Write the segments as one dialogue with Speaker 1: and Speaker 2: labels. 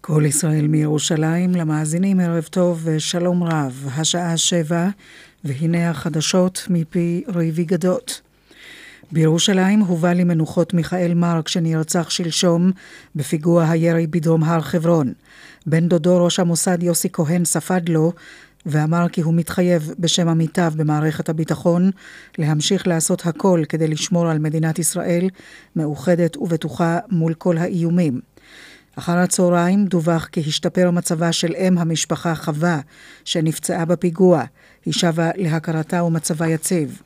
Speaker 1: כל ישראל מירושלים, למאזינים ערב טוב ושלום רב, השעה 7, והנה החדשות מפי ריבי גדות. בירושלים הובא למנוחות מיכאל מרק שנרצח שלשום בפיגוע הירי בדרום הר חברון. בן דודו ראש המוסד יוסי כהן ספד לו ואמר כי הוא מתחייב בשם עמיתיו במערכת הביטחון להמשיך לעשות הכל כדי לשמור על מדינת ישראל מאוחדת ובטוחה מול כל האיומים. אחר הצהריים דווח כי השתפר מצבה של אם המשפחה חווה שנפצעה בפיגוע. היא שבה להכרתה ומצבה יציב.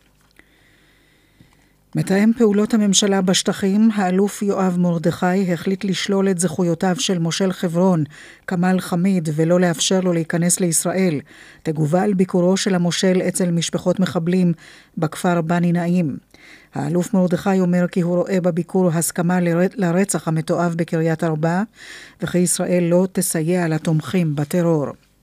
Speaker 1: מתאם פעולות הממשלה בשטחים, האלוף יואב מרדכי החליט לשלול את זכויותיו של מושל חברון, כמאל חמיד, ולא לאפשר לו להיכנס לישראל. תגובה על ביקורו של המושל אצל משפחות מחבלים בכפר בני נעים. האלוף מרדכי אומר כי הוא רואה בביקור הסכמה לרצח המתועב בקריית ארבע, וכי ישראל לא תסייע לתומכים בטרור.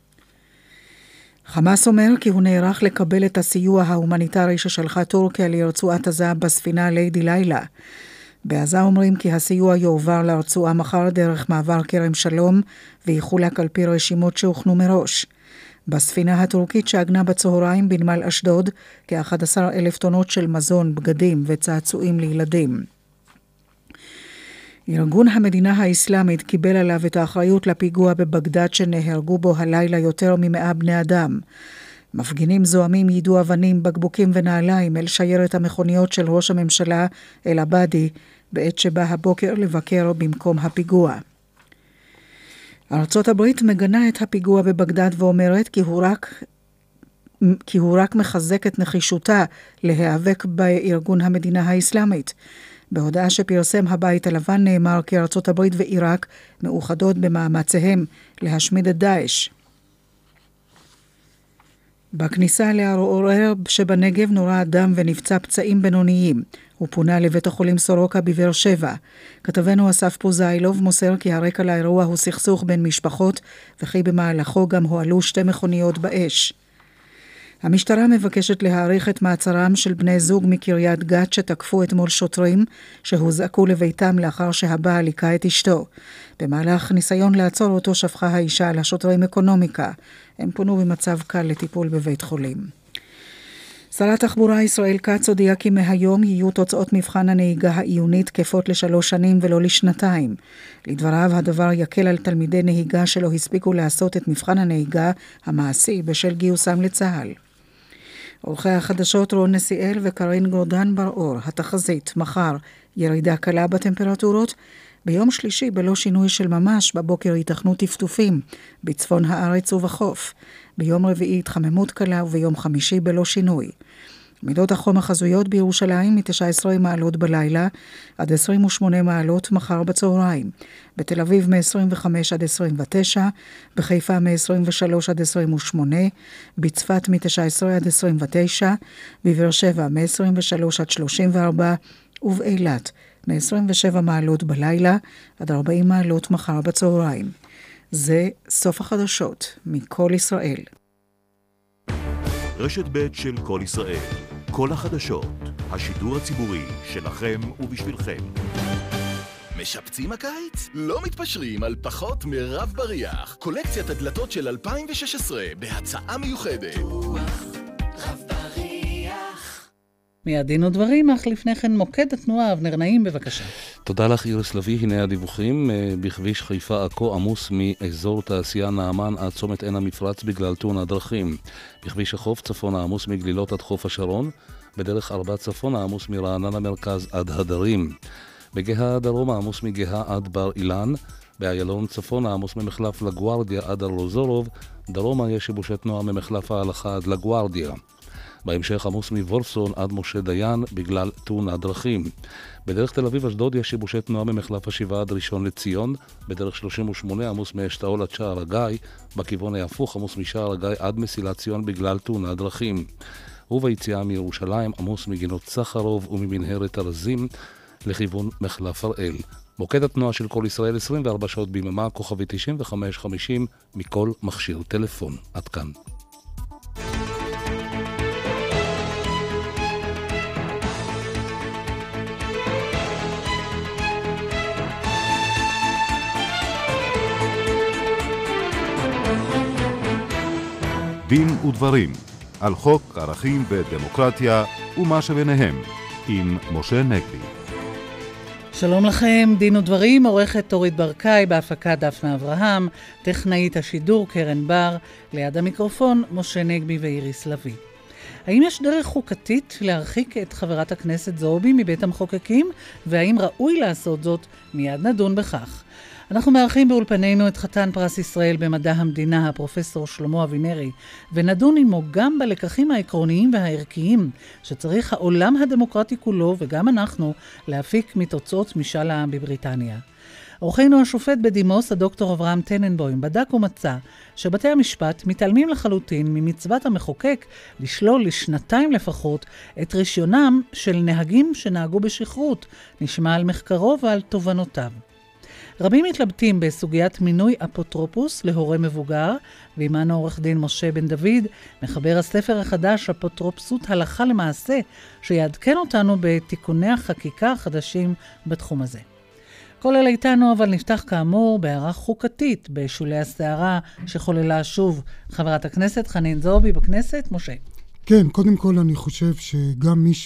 Speaker 1: חמאס אומר כי הוא נערך לקבל את הסיוע ההומניטרי ששלחה טורקיה לרצועת עזה בספינה ליידי לילה. בעזה אומרים כי הסיוע יועבר לרצועה מחר דרך מעבר כרם שלום ויחולק על פי רשימות שהוכנו מראש. בספינה הטורקית שעגנה בצהריים בנמל אשדוד כ-11,000 טונות של מזון, בגדים וצעצועים לילדים. ארגון המדינה האסלאמית קיבל עליו את האחריות לפיגוע בבגדד שנהרגו בו הלילה יותר מ100 בני אדם. מפגינים זועמים יידו אבנים, בקבוקים ונעליים אל שיירת המכוניות של ראש הממשלה אל-עבאדי בעת שבא הבוקר לבקר במקום הפיגוע. ארצות הברית מגנה את הפיגוע בבגדד ואומרת כי הוא רק מחזק את נחישותה להיאבק בארגון המדינה האסלאמית. בהודעה שפרסם הבית הלבן נאמר כי ארצות הברית ועיראק מאוחדות במאמציהם להשמיד את דאעש. בכניסה לערוער שבנגב נורה אדם ונפצע פצעים בינוניים. הוא פונה לבית החולים סורוקה בבאר שבע. כתבנו אסף פוזיילוב מוסר כי הרקע לאירוע הוא סכסוך בין משפחות, וכי במהלכו גם הועלו 2 מכוניות באש. המשטרה מבקשת להאריך את מעצרם של בני זוג מקריית גת שתקפו אתמול שוטרים שהוזעקו לביתם לאחר שהבעל היכה את אשתו. במהלך ניסיון לעצור אותו שפכה האישה על השוטרים אקונומיקה. הם פונו במצב קל לטיפול בבית חולים. שר התחבורה ישראל כץ הודיע כי מהיום יהיו תוצאות מבחן הנהיגה העיונית תקפות ל3 שנים ולא לשנתיים. לדבריו הדבר יקל על תלמידי נהיגה שלא הספיקו לעשות את מבחן הנהיגה המעשי בשל גיוסם לצה"ל. עורכי החדשות רון נסיאל וקרין גורדן בר-אור. התחזית מחר ירידה קלה בטמפרטורות. ביום שלישי בלא שינוי של ממש בבוקר ייתכנו טפטופים בצפון הארץ ובחוף. ביום רביעי התחממות קלה וביום חמישי בלא שינוי. מידות החום החזויות בירושלים מ-19 מעלות בלילה עד 28 מעלות מחר בצהריים. בתל אביב מ-25 עד 29, בחיפה מ-23 עד 28, בצפת מ-19 עד 29, בבאר שבע מ-23 עד 34, ובאילת מ-27 מעלות בלילה עד 40 מעלות מחר בצהריים. זה סוף החדשות מכל ישראל.
Speaker 2: רשת ב' של כל ישראל. כל החדשות, השידור הציבורי שלכם ובשבילכם.
Speaker 3: משפצים הקיץ? לא מתפשרים על פחות מרב בריח. קולקציית הדלתות של 2016 בהצעה מיוחדת. רב בריח.
Speaker 4: מיד דין ודברים, אך לפני כן מוקד התנועה. אבנר נעים, בבקשה.
Speaker 5: תודה לך איריס לוי, הנה הדיווחים. בכביש חיפה עכו עמוס מאזור תעשייה נעמן עד צומת עין המפרץ בגלל תאונת דרכים. בכביש החוף צפון עמוס מגלילות עד חוף השרון. בדרך 4 צפון עמוס מרעננה מרכז עד הדרים. בגאה דרום עמוס מגאה עד בר אילן. באיילון צפון עמוס ממחלף לגוארדיה עד ארלוזורוב. דרומה יש שיבושי תנועה ממחלף ההלכה עד לגוארדיה. בהמשך עמוס מוולפסון עד משה דיין בגלל תאונת דרכים. בדרך תל אביב אשדוד יש שיבושי תנועה ממחלף השבעה עד ראשון לציון. בדרך 38 עמוס מאשתאול עד שער הגיא. בכיוון ההפוך עמוס משער הגיא עד מסילת ציון בגלל תאונת דרכים. וביציאה מירושלים עמוס מגינות סחרוב וממנהרת ארזים לכיוון מחלף הראל. מוקד התנועה של כל ישראל 24 שעות ביממה, כוכבי 9550 מכל מכשיר טלפון. עד כאן.
Speaker 6: דין ודברים על חוק ערכים ודמוקרטיה ומה שביניהם עם משה נגבי.
Speaker 4: שלום לכם, דין ודברים, עורכת אורית ברקאי, בהפקה דפנה אברהם, טכנאית השידור קרן בר, ליד המיקרופון משה נגבי ואיריס לוי. האם יש דרך חוקתית להרחיק את חברת הכנסת זועבי מבית המחוקקים, והאם ראוי לעשות זאת? מיד נדון בכך. אנחנו מארחים באולפנינו את חתן פרס ישראל במדע המדינה, הפרופסור שלמה אבינרי, ונדון עמו גם בלקחים העקרוניים והערכיים שצריך העולם הדמוקרטי כולו וגם אנחנו להפיק מתוצאות משאל העם בבריטניה. אורחנו השופט בדימוס, הדוקטור אברהם טננבוים, בדק ומצא שבתי המשפט מתעלמים לחלוטין ממצוות המחוקק לשלול לשנתיים לפחות את רישיונם של נהגים שנהגו בשכרות. נשמע על מחקרו ועל תובנותיו. רבים מתלבטים בסוגיית מינוי אפוטרופוס להורה מבוגר, ועימנו עורך דין משה בן דוד, מחבר הספר החדש אפוטרופסות הלכה למעשה, שיעדכן אותנו בתיקוני החקיקה החדשים בתחום הזה. כל אלה איתנו, אבל נפתח כאמור בהערה חוקתית בשולי הסערה שחוללה שוב חברת הכנסת חנין זועבי בכנסת. משה.
Speaker 7: כן, קודם כל אני חושב שגם מי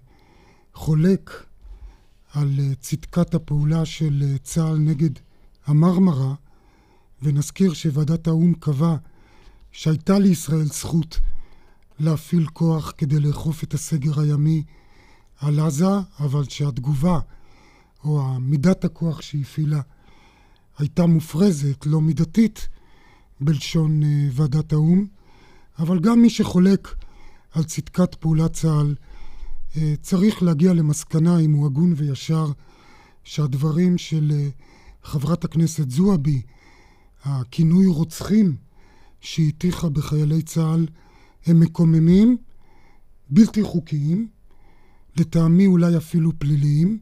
Speaker 7: שחולק על צדקת הפעולה של צה"ל נגד המרמרה, ונזכיר שוועדת האו"ם קבע שהייתה לישראל זכות להפעיל כוח כדי לאכוף את הסגר הימי על עזה, אבל שהתגובה או מידת הכוח שהפעילה הייתה מופרזת, לא מידתית, בלשון ועדת האו"ם. אבל גם מי שחולק על צדקת פעולת צה"ל צריך להגיע למסקנה, אם הוא הגון וישר, שהדברים של חברת הכנסת זועבי, הכינוי רוצחים שהטיחה בחיילי צה"ל, הם מקוממים, בלתי חוקיים, לטעמי אולי אפילו פליליים.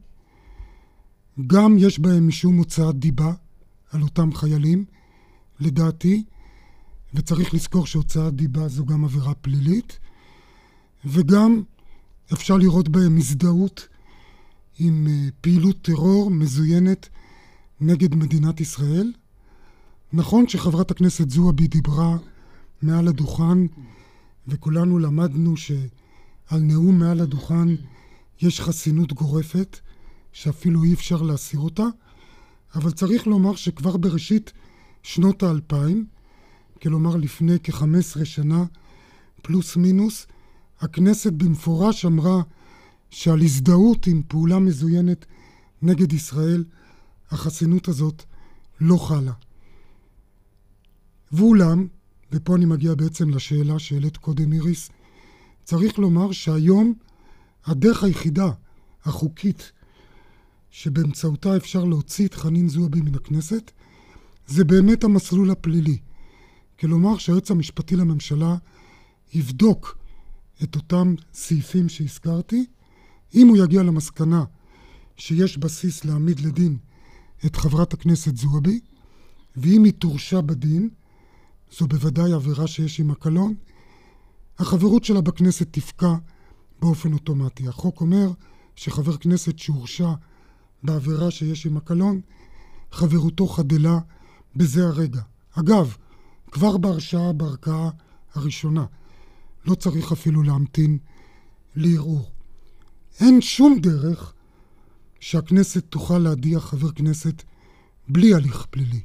Speaker 7: גם יש בהם משום הוצאת דיבה על אותם חיילים, לדעתי, וצריך לזכור שהוצאת דיבה זו גם עבירה פלילית, וגם אפשר לראות בהם הזדהות עם פעילות טרור מזוינת נגד מדינת ישראל. נכון שחברת הכנסת זועבי דיברה מעל הדוכן, וכולנו למדנו שעל נאום מעל הדוכן יש חסינות גורפת, שאפילו אי אפשר להסיר אותה, אבל צריך לומר שכבר בראשית שנות ה-2000, כלומר לפני כ-15 שנה, פלוס מינוס, הכנסת במפורש אמרה שעל הזדהות עם פעולה מזוינת נגד ישראל, החסינות הזאת לא חלה. ואולם, ופה אני מגיע בעצם לשאלה שהעלית קודם איריס, צריך לומר שהיום הדרך היחידה, החוקית, שבאמצעותה אפשר להוציא את חנין זועבי מן הכנסת, זה באמת המסלול הפלילי. כלומר שהיועץ המשפטי לממשלה יבדוק את אותם סעיפים שהזכרתי. אם הוא יגיע למסקנה שיש בסיס להעמיד לדין את חברת הכנסת זועבי, ואם היא תורשע בדין, זו בוודאי עבירה שיש עם הקלון, החברות שלה בכנסת תפקע באופן אוטומטי. החוק אומר שחבר כנסת שהורשע בעבירה שיש עם הקלון, חברותו חדלה בזה הרגע. אגב, כבר בהרשעה בערכאה הראשונה, לא צריך אפילו להמתין לערעור. אין שום דרך שהכנסת תוכל להדיח חבר כנסת בלי הליך פלילי.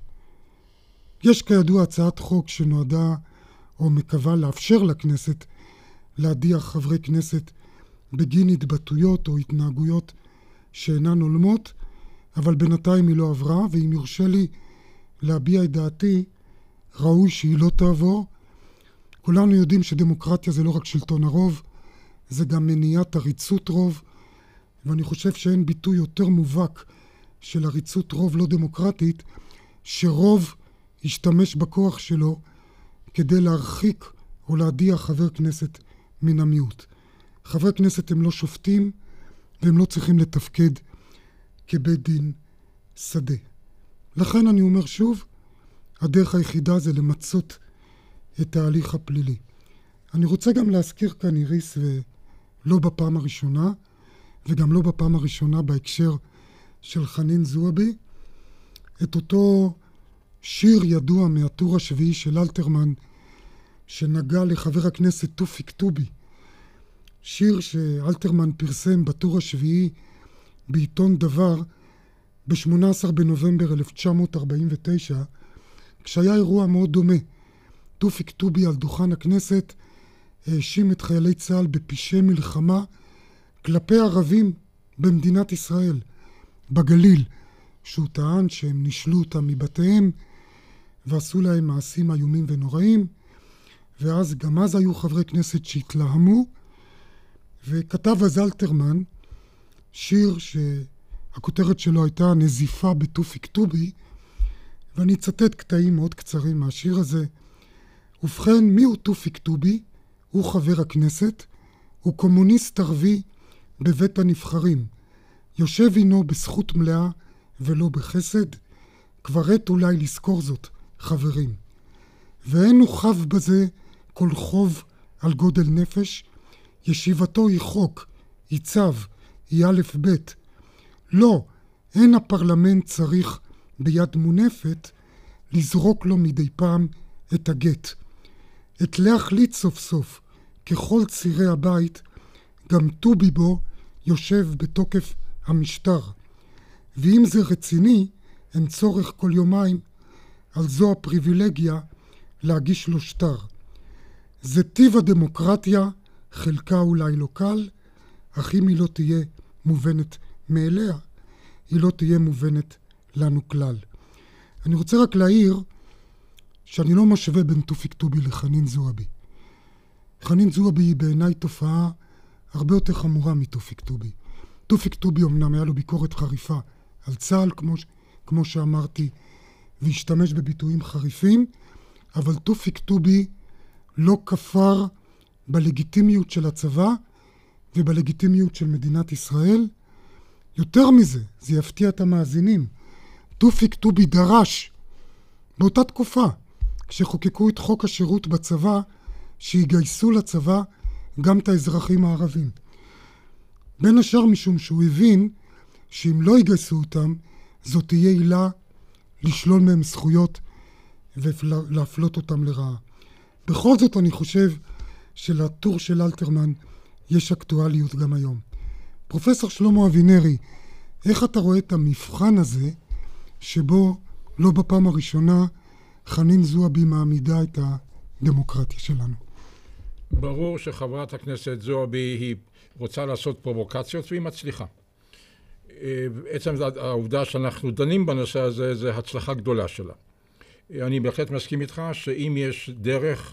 Speaker 7: יש כידוע הצעת חוק שנועדה או מקווה לאפשר לכנסת להדיח חברי כנסת בגין התבטאויות או התנהגויות שאינן הולמות, אבל בינתיים היא לא עברה, ואם יורשה לי להביע את דעתי, ראוי שהיא לא תעבור. כולנו יודעים שדמוקרטיה זה לא רק שלטון הרוב, זה גם מניעת עריצות רוב, ואני חושב שאין ביטוי יותר מובהק של עריצות רוב לא דמוקרטית, שרוב ישתמש בכוח שלו כדי להרחיק או להדיח חבר כנסת מן המיעוט. חברי כנסת הם לא שופטים, והם לא צריכים לתפקד כבית דין שדה. לכן אני אומר שוב, הדרך היחידה זה למצות את ההליך הפלילי. אני רוצה גם להזכיר כאן, איריס, ולא בפעם הראשונה, וגם לא בפעם הראשונה בהקשר של חנין זועבי, את אותו שיר ידוע מהטור השביעי של אלתרמן, שנגע לחבר הכנסת תופיק טובי, שיר שאלתרמן פרסם בטור השביעי בעיתון דבר ב-18 בנובמבר 1949, כשהיה אירוע מאוד דומה. תופיק טובי על דוכן הכנסת האשים את חיילי צה"ל בפשעי מלחמה כלפי ערבים במדינת ישראל, בגליל, שהוא טען שהם נשלו אותם מבתיהם ועשו להם מעשים איומים ונוראים, ואז גם אז היו חברי כנסת שהתלהמו, וכתב אז אלתרמן שיר שהכותרת שלו הייתה נזיפה בתופיק טובי, ואני אצטט קטעים מאוד קצרים מהשיר הזה. ובכן, מי הוא תופיק טובי? הוא חבר הכנסת, הוא קומוניסט ערבי בבית הנבחרים. יושב עינו בזכות מלאה ולא בחסד, כבר עת אולי לזכור זאת, חברים. ואין הוא חב בזה כל חוב על גודל נפש, ישיבתו היא חוק, היא צו, היא א' ב'. לא, אין הפרלמנט צריך ביד מונפת לזרוק לו מדי פעם את הגט. את להחליט סוף סוף, ככל צירי הבית, גם טובי בו יושב בתוקף המשטר. ואם זה רציני, אין צורך כל יומיים, על זו הפריבילגיה להגיש לו שטר. זה טיב הדמוקרטיה, חלקה אולי לא קל, אך אם היא לא תהיה מובנת מאליה, היא לא תהיה מובנת לנו כלל. אני רוצה רק להעיר שאני לא משווה בין תופיק טובי לחנין זועבי. חנין זועבי היא בעיניי תופעה הרבה יותר חמורה מתופיק טובי. תופיק טובי אמנם היה לו ביקורת חריפה על צה"ל, כמו שאמרתי, והשתמש בביטויים חריפים, אבל תופיק טובי לא כפר בלגיטימיות של הצבא ובלגיטימיות של מדינת ישראל. יותר מזה, זה יפתיע את המאזינים, תופיק טובי דרש באותה תקופה, כשחוקקו את חוק השירות בצבא, שיגייסו לצבא גם את האזרחים הערבים. בין השאר משום שהוא הבין שאם לא יגייסו אותם, זאת תהיה עילה לשלול מהם זכויות ולהפלות אותם לרעה. בכל זאת אני חושב שלטור של אלתרמן יש אקטואליות גם היום. פרופסור שלמה אבינרי, איך אתה רואה את המבחן הזה שבו לא בפעם הראשונה חנין זועבי מעמידה את הדמוקרטיה שלנו?
Speaker 8: ברור שחברת הכנסת זועבי היא רוצה לעשות פרובוקציות והיא מצליחה. עצם העובדה שאנחנו דנים בנושא הזה זה הצלחה גדולה שלה. אני בהחלט מסכים איתך שאם יש דרך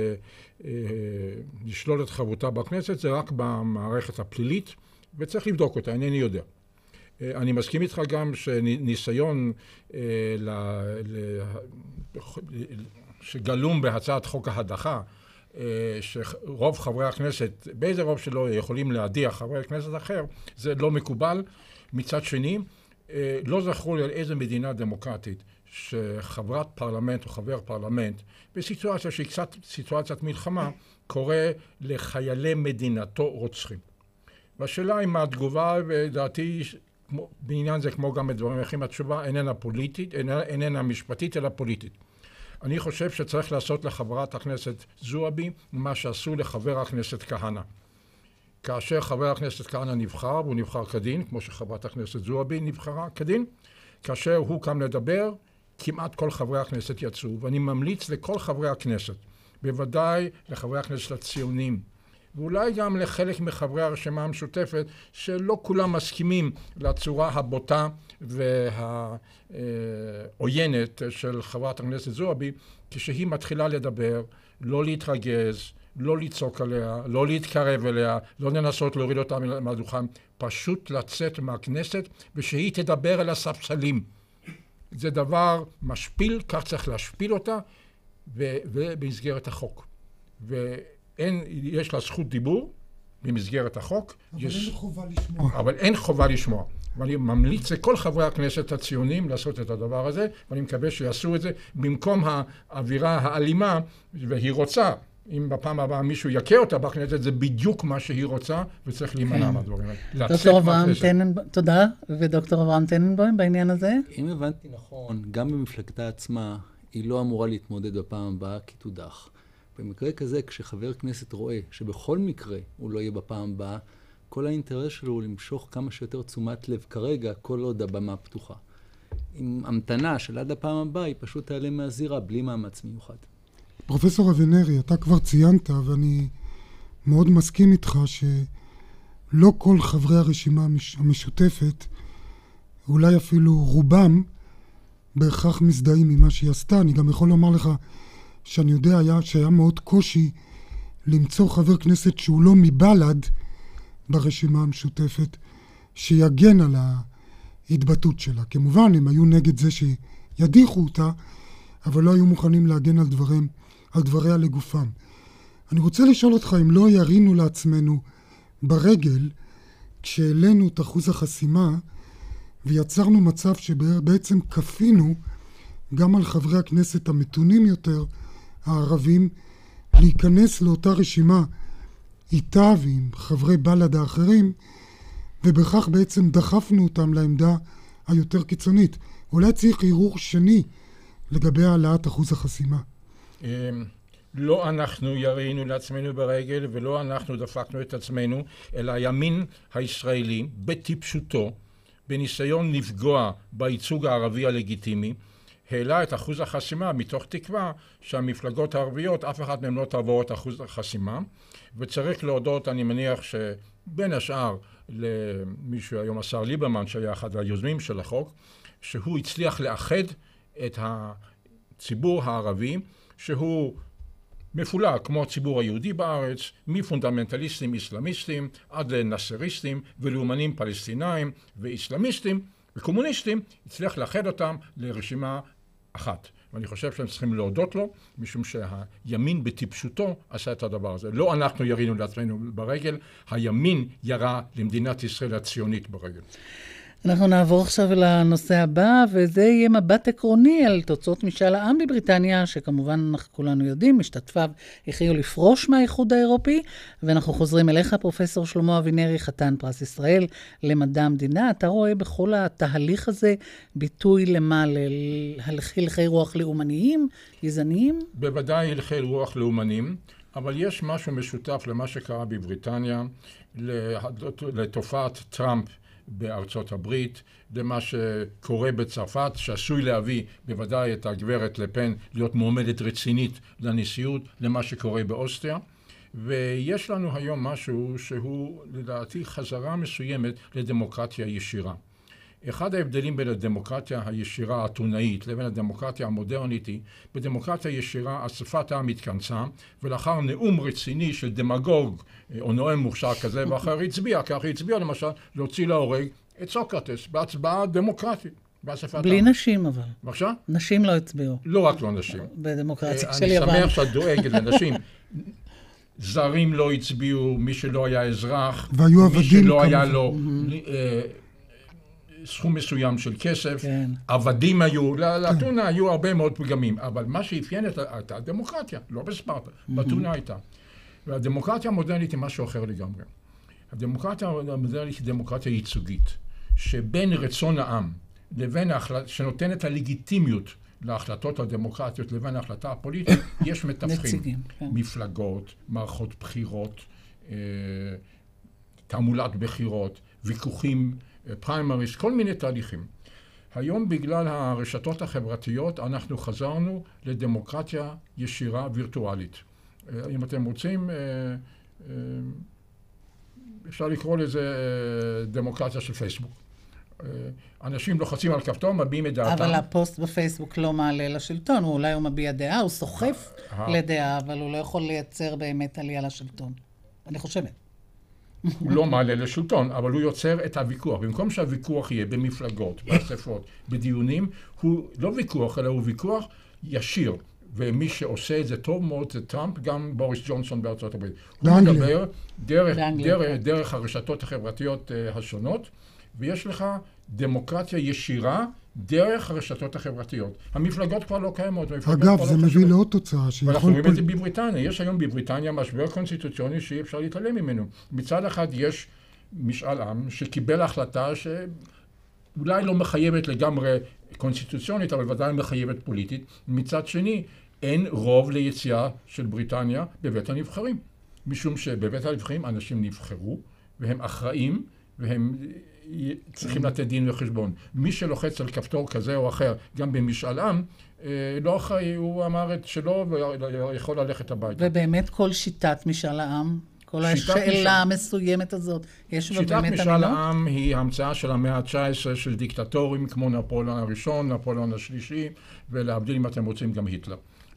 Speaker 8: לשלול את חברותה בכנסת זה רק במערכת הפלילית וצריך לבדוק אותה, אינני יודע. אני מסכים איתך גם שניסיון שגלום בהצעת חוק ההדחה, שרוב חברי הכנסת, באיזה רוב שלא יכולים להדיח חברי כנסת אחר, זה לא מקובל. מצד שני, לא זכרו לי על איזה מדינה דמוקרטית שחברת פרלמנט או חבר פרלמנט בסיטואציה שהיא קצת סיטואציית מלחמה קורא לחיילי מדינתו רוצחים. והשאלה אם התגובה, לדעתי, בעניין זה כמו גם בדברים אחרים, התשובה איננה פוליטית, איננה משפטית אלא פוליטית. אני חושב שצריך לעשות לחברת הכנסת זועבי מה שעשו לחבר הכנסת כהנא. כאשר חבר הכנסת כהנא נבחר, והוא נבחר כדין, כמו שחברת הכנסת זועבי נבחרה כדין, כאשר הוא קם לדבר, כמעט כל חברי הכנסת יצאו, ואני ממליץ לכל חברי הכנסת, בוודאי לחברי הכנסת הציונים, ואולי גם לחלק מחברי הרשימה המשותפת, שלא כולם מסכימים לצורה הבוטה והעוינת של חברת הכנסת זועבי, כשהיא מתחילה לדבר, לא להתרגז, לא לצעוק עליה, לא להתקרב אליה, לא לנסות להוריד אותה מהדוכן, פשוט לצאת מהכנסת ושהיא תדבר אל הספסלים. זה דבר משפיל, כך צריך להשפיל אותה, ובמסגרת החוק. יש לה זכות דיבור במסגרת החוק.
Speaker 7: אבל אין חובה לשמוע.
Speaker 8: אבל אין חובה לשמוע. ואני ממליץ לכל חברי הכנסת הציונים לעשות את הדבר הזה, ואני מקווה שיעשו את זה במקום האווירה האלימה, והיא רוצה. אם בפעם הבאה מישהו יקה אותה בכנסת, זה בדיוק מה שהיא רוצה, וצריך להימנע מהדברים האלה.
Speaker 4: דוקטור אברהם טננבוים, תודה, ודוקטור אברהם טננבוים בעניין הזה.
Speaker 9: אם הבנתי נכון, גם במפלגתה עצמה, היא לא אמורה להתמודד בפעם הבאה כי תודח. במקרה כזה, כשחבר כנסת רואה שבכל מקרה הוא לא יהיה בפעם הבאה, כל האינטרס שלו הוא למשוך כמה שיותר תשומת לב כרגע, כל עוד הבמה פתוחה. עם המתנה של עד הפעם הבאה, היא פשוט תעלה מהזירה בלי מאמץ מיוחד.
Speaker 7: פרופסור אבינרי, אתה כבר ציינת, ואני מאוד מסכים איתך שלא כל חברי הרשימה המשותפת, אולי אפילו רובם, בהכרח מזדהים ממה שהיא עשתה. אני גם יכול לומר לך שאני יודע שהיה מאוד קושי למצוא חבר כנסת שהוא לא מבל"ד ברשימה המשותפת, שיגן על ההתבטאות שלה. כמובן, הם היו נגד זה שידיחו אותה, אבל לא היו מוכנים להגן על דבריה לגופם. אני רוצה לשאול אותך אם לא ירינו לעצמנו ברגל כשהעלינו את אחוז החסימה ויצרנו מצב שבעצם כפינו גם על חברי הכנסת המתונים יותר, הערבים, להיכנס לאותה רשימה איתה ועם חברי בל"ד האחרים, ובכך בעצם דחפנו אותם לעמדה היותר קיצונית. אולי צריך ערעור שני לגבי העלאת אחוז החסימה.
Speaker 8: לא אנחנו ירינו לעצמנו ברגל ולא אנחנו דפקנו את עצמנו, אלא הימין הישראלי בטיפשותו, בניסיון לפגוע בייצוג הערבי הלגיטימי, העלה את אחוז החסימה מתוך תקווה שהמפלגות הערביות, אף אחד מהם לא תעבור את אחוז החסימה, וצריך להודות, אני מניח שבין השאר למישהו היום השר ליברמן, שהיה אחד היוזמים של החוק, שהוא הצליח לאחד את הציבור הערבי, שהוא מפולג כמו הציבור היהודי בארץ, מפונדמנטליסטים איסלאמיסטים עד לנסריסטים ולאומנים פלסטינאים ואיסלאמיסטים וקומוניסטים, הצליח לאחד אותם לרשימה אחת. ואני חושב שהם צריכים להודות לו, משום שהימין בטיפשותו עשה את הדבר הזה. לא אנחנו ירינו לעצמנו ברגל, הימין ירה למדינת ישראל הציונית ברגל.
Speaker 4: אנחנו נעבור עכשיו לנושא הבא, וזה יהיה מבט עקרוני על תוצאות משאל העם בבריטניה, שכמובן אנחנו כולנו יודעים, משתתפיו הכריעו לפרוש מהאיחוד האירופי, ואנחנו חוזרים אליך, פרופסור שלמה אבינרי, חתן פרס ישראל למדע המדינה. אתה רואה בכל התהליך הזה ביטוי למה? להלכי רוח לאומניים, גזעניים?
Speaker 8: בוודאי הלכי רוח לאומניים, אבל יש משהו משותף למה שקרה בבריטניה, לתופעת טראמפ בארצות הברית, למה שקורה בצרפת, שעשוי להביא בוודאי את הגברת לפן להיות מועמדת רצינית לנשיאות, למה שקורה באוסטריה. ויש לנו היום משהו שהוא לדעתי חזרה מסוימת לדמוקרטיה ישירה. אחד ההבדלים בין הדמוקרטיה הישירה האתונאית לבין הדמוקרטיה המודרנית היא, בדמוקרטיה ישירה אספת העם התכנסה, ולאחר נאום רציני של דמגוג או נואם מוכשר כזה ואחר הצביע, כך הצביע למשל להוציא להורג את סוקרטס בהצבעה דמוקרטית באספת העם.
Speaker 4: בלי נשים אבל.
Speaker 8: בבקשה?
Speaker 4: נשים לא הצביעו.
Speaker 8: לא רק לא נשים.
Speaker 4: בדמוקרטיה של יוון.
Speaker 8: אני שמח שאת דואגת לנשים. זרים לא הצביעו, מי שלא היה אזרח, מי שלא היה לו סכום מסוים של כסף, כן. עבדים היו, לאתונה היו הרבה מאוד פגמים, אבל מה שאפיין את הדמוקרטיה, לא בספרטה, באתונה הייתה. והדמוקרטיה המודרנית היא משהו אחר לגמרי. הדמוקרטיה המודרנית היא דמוקרטיה ייצוגית, שבין רצון העם לבין שנותנת הלגיטימיות להחלטות הדמוקרטיות לבין ההחלטה הפוליטית, יש מתווכים, כן. מפלגות, מערכות בחירות, תעמולת בחירות, ויכוחים, פריימריס, כל מיני תהליכים. היום בגלל הרשתות החברתיות אנחנו חזרנו לדמוקרטיה ישירה וירטואלית. אם אתם רוצים, אפשר לקרוא לזה דמוקרטיה של פייסבוק. אנשים לוחצים על כפתור, מביעים את דעתם.
Speaker 4: אבל הפוסט בפייסבוק לא מעלה לשלטון, אולי הוא מביע דעה, הוא סוחף לדעה, אבל הוא לא יכול לייצר באמת עלייה לשלטון. אני חושבת.
Speaker 8: הוא לא מעלה לשלטון, אבל הוא יוצר את הוויכוח. במקום שהוויכוח יהיה במפלגות, באספות, בדיונים, הוא לא ויכוח, אלא הוא ויכוח ישיר. ומי שעושה את זה טוב מאוד זה טראמפ, גם בוריס ג'ונסון בארצות הברית. הוא מדבר דרך הרשתות החברתיות השונות, ויש לך דמוקרטיה ישירה דרך הרשתות החברתיות. המפלגות כבר לא קיימות.
Speaker 7: אגב, זה מביא לעוד תוצאה.
Speaker 8: ואנחנו רואים את זה בבריטניה. יש היום בבריטניה משבר קונסטיטוציוני שאי אפשר להתעלם ממנו. מצד אחד יש משאל עם שקיבל החלטה שאולי לא מחייבת לגמרי קונסטיטוציונית, אבל ודאי מחייבת פוליטית. מצד שני, אין רוב ליציאה של בריטניה בבית הנבחרים. משום שבבית הנבחרים אנשים נבחרו, והם אחראים, והם צריכים לתת דין וחשבון. מי שלוחץ על כפתור כזה או אחר, גם במשאל עם, לא אחראי, הוא אמר את שלו ויכול ללכת הביתה.
Speaker 4: ובאמת כל שיטת משאל העם, כל השאלה המסוימת הזאת, יש בה באמת אמינות?
Speaker 8: שיטת משאל העם היא המצאה של המאה ה-19 של דיקטטורים כמו נפוליאון הראשון, נפוליאון השלישי, ולהבדיל אם אתם רוצים גם היטלר.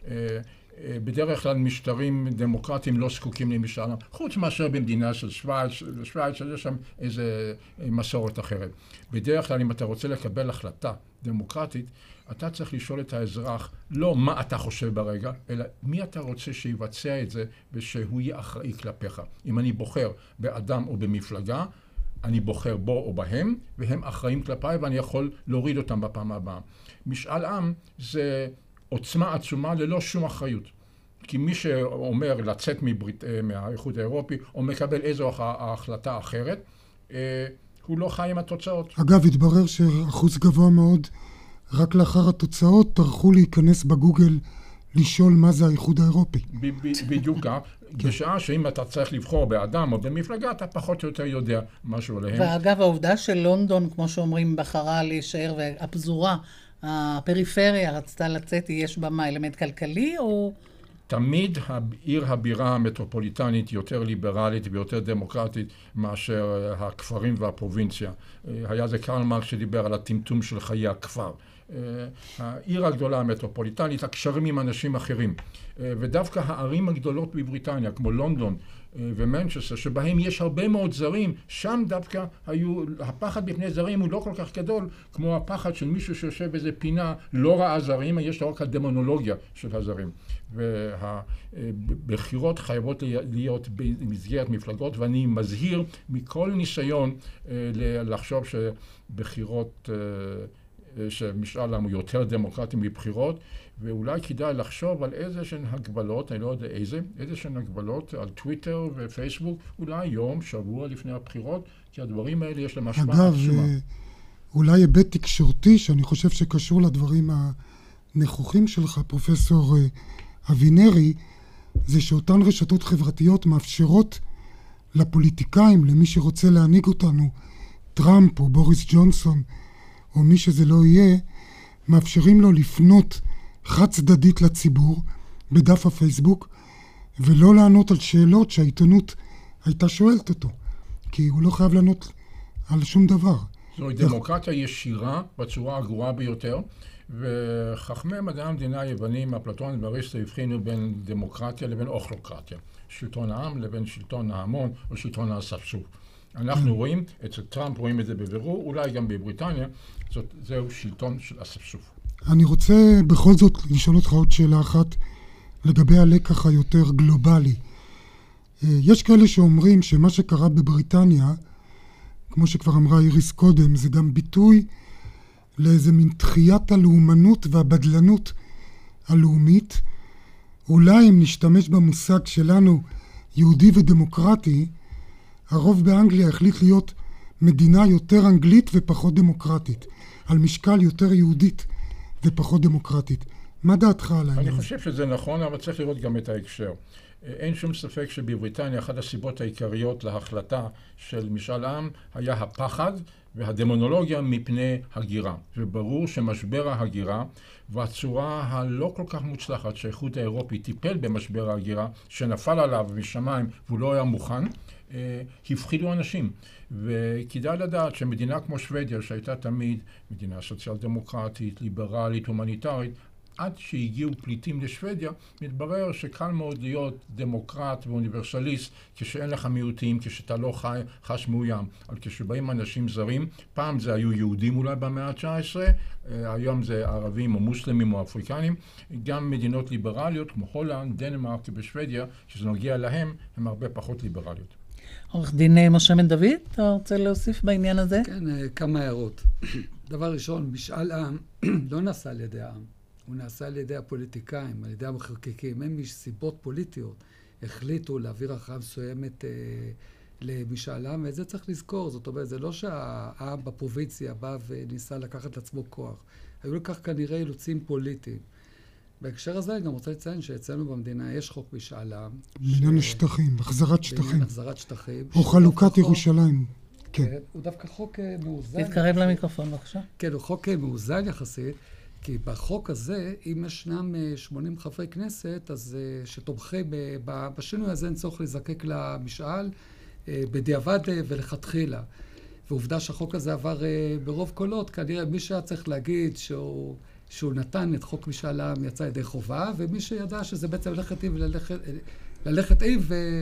Speaker 8: בדרך כלל משטרים דמוקרטיים לא זקוקים למשאל עם, חוץ מאשר במדינה של שווייץ, יש שם איזה מסורת אחרת. בדרך כלל אם אתה רוצה לקבל החלטה דמוקרטית, אתה צריך לשאול את האזרח לא מה אתה חושב ברגע, אלא מי אתה רוצה שיבצע את זה ושהוא יהיה אחראי כלפיך. אם אני בוחר באדם או במפלגה, אני בוחר בו או בהם, והם אחראים כלפיי ואני יכול להוריד אותם בפעם הבאה. משאל עם זה עוצמה עצומה ללא שום אחריות. כי מי שאומר לצאת מהאיחוד האירופי, או מקבל איזו החלטה אחרת, הוא לא חי עם התוצאות.
Speaker 7: אגב, התברר שאחוז גבוה מאוד, רק לאחר התוצאות, טרחו להיכנס בגוגל לשאול מה זה האיחוד האירופי.
Speaker 8: בדיוק כך. בשעה שאם אתה צריך לבחור באדם או במפלגה, אתה פחות או יותר יודע משהו עליהם.
Speaker 4: ואגב, העובדה של לונדון, כמו שאומרים, בחרה להישאר והפזורה, הפריפריה רצתה לצאת, יש בה מה, אלמנט כלכלי או...
Speaker 8: תמיד עיר הבירה המטרופוליטנית יותר ליברלית ויותר דמוקרטית מאשר הכפרים והפרובינציה. היה זה קרל מרקס שדיבר על הטמטום של חיי הכפר. העיר הגדולה המטרופוליטנית, הקשרים עם אנשים אחרים. ודווקא הערים הגדולות בבריטניה, כמו לונדון ומנצ'סטר, שבהם יש הרבה מאוד זרים, שם דווקא הפחד בפני זרים הוא לא כל כך גדול, כמו הפחד של מישהו שיושב באיזה פינה, לא ראה זרים, יש לו רק הדמונולוגיה של הזרים. והבחירות חייבות להיות במסגרת מפלגות, ואני מזהיר מכל ניסיון לחשוב שבחירות שמשאל עם הוא יותר דמוקרטי מבחירות, ואולי כדאי לחשוב על איזה שהן הגבלות, אני לא יודע איזה שהן הגבלות על טוויטר ופייסבוק, אולי יום, שבוע לפני הבחירות, כי הדברים האלה יש להם השפעה עצומה.
Speaker 7: אגב, אולי היבט תקשורתי, שאני חושב שקשור לדברים הנכוחים שלך, פרופסור אבינרי, זה שאותן רשתות חברתיות מאפשרות לפוליטיקאים, למי שרוצה להנהיג אותנו, טראמפ או בוריס ג'ונסון, או מי שזה לא יהיה, מאפשרים לו לפנות חד צדדית לציבור בדף הפייסבוק, ולא לענות על שאלות שהעיתונות הייתה שואלת אותו, כי הוא לא חייב לענות על שום דבר.
Speaker 8: זוהי דמוקרטיה ישירה בצורה הגרועה ביותר, וחכמי מדעי המדינה היוונים, אפלטון ואריסטו, הבחינו בין דמוקרטיה לבין אוכלוקרטיה. שלטון העם לבין שלטון ההמון או שלטון האספסוף. אנחנו רואים, אצל טראמפ רואים את זה בבירור, אולי גם בבריטניה, זהו שלטון של אספסוף.
Speaker 7: אני רוצה בכל זאת לשאול אותך עוד שאלה אחת לגבי הלקח היותר גלובלי. יש כאלה שאומרים שמה שקרה בבריטניה, כמו שכבר אמרה איריס קודם, זה גם ביטוי לאיזה מין תחיית הלאומנות והבדלנות הלאומית. אולי אם נשתמש במושג שלנו יהודי ודמוקרטי, הרוב באנגליה החליט להיות מדינה יותר אנגלית ופחות דמוקרטית, על משקל יותר יהודית ופחות דמוקרטית. מה דעתך על העניין?
Speaker 8: אני חושב שזה נכון, אבל צריך לראות גם את ההקשר. אין שום ספק שבבריטניה אחת הסיבות העיקריות להחלטה של משאל עם היה הפחד והדמונולוגיה מפני הגירה. וברור שמשבר ההגירה והצורה הלא כל כך מוצלחת שהאיחוד האירופי טיפל במשבר ההגירה, שנפל עליו משמיים והוא לא היה מוכן, הפחידו אנשים. וכדאי לדעת שמדינה כמו שוודיה, שהייתה תמיד מדינה סוציאל דמוקרטית, ליברלית, הומניטרית, עד שהגיעו פליטים לשוודיה, מתברר שקל מאוד להיות דמוקרט ואוניברסליסט כשאין לך מיעוטים, כשאתה לא חש מאוים. אבל כשבאים אנשים זרים, פעם זה היו יהודים אולי במאה ה-19, היום זה ערבים או מוסלמים או אפריקנים, גם מדינות ליברליות כמו הולנד, דנמרק ובשוודיה, שזה נוגע להם, הן הרבה פחות ליברליות.
Speaker 4: עורך דין משה בן דוד, אתה רוצה להוסיף בעניין הזה?
Speaker 10: כן, כמה הערות. דבר ראשון, משאל עם לא נעשה על ידי העם. הוא נעשה על ידי הפוליטיקאים, על ידי המחוקקים. הם מסיבות פוליטיות החליטו להעביר הכרעה מסוימת למשאל עם, ואת זה צריך לזכור. זאת אומרת, זה לא שהעם בפרובינציה בא וניסה לקחת לעצמו כוח. היו לכך כנראה אילוצים פוליטיים. בהקשר הזה אני גם רוצה לציין שאצלנו במדינה יש חוק משאל עם.
Speaker 7: בעניין השטחים, החזרת שטחים.
Speaker 10: בעניין החזרת שטחים.
Speaker 7: או חלוקת ירושלים. כן.
Speaker 10: הוא דווקא חוק מאוזן.
Speaker 4: תתקרב למיקרופון בבקשה.
Speaker 10: כן, הוא חוק מאוזן יחסית, כי בחוק הזה, אם ישנם 80 חברי כנסת, אז שתומכי בשינוי הזה אין צורך לזקק למשאל בדיעבד ולכתחילה. ועובדה שהחוק הזה עבר ברוב קולות, כנראה מי שהיה צריך להגיד שהוא נתן את חוק משאל העם יצא ידי חובה, ומי שידע שזה בעצם ללכת עם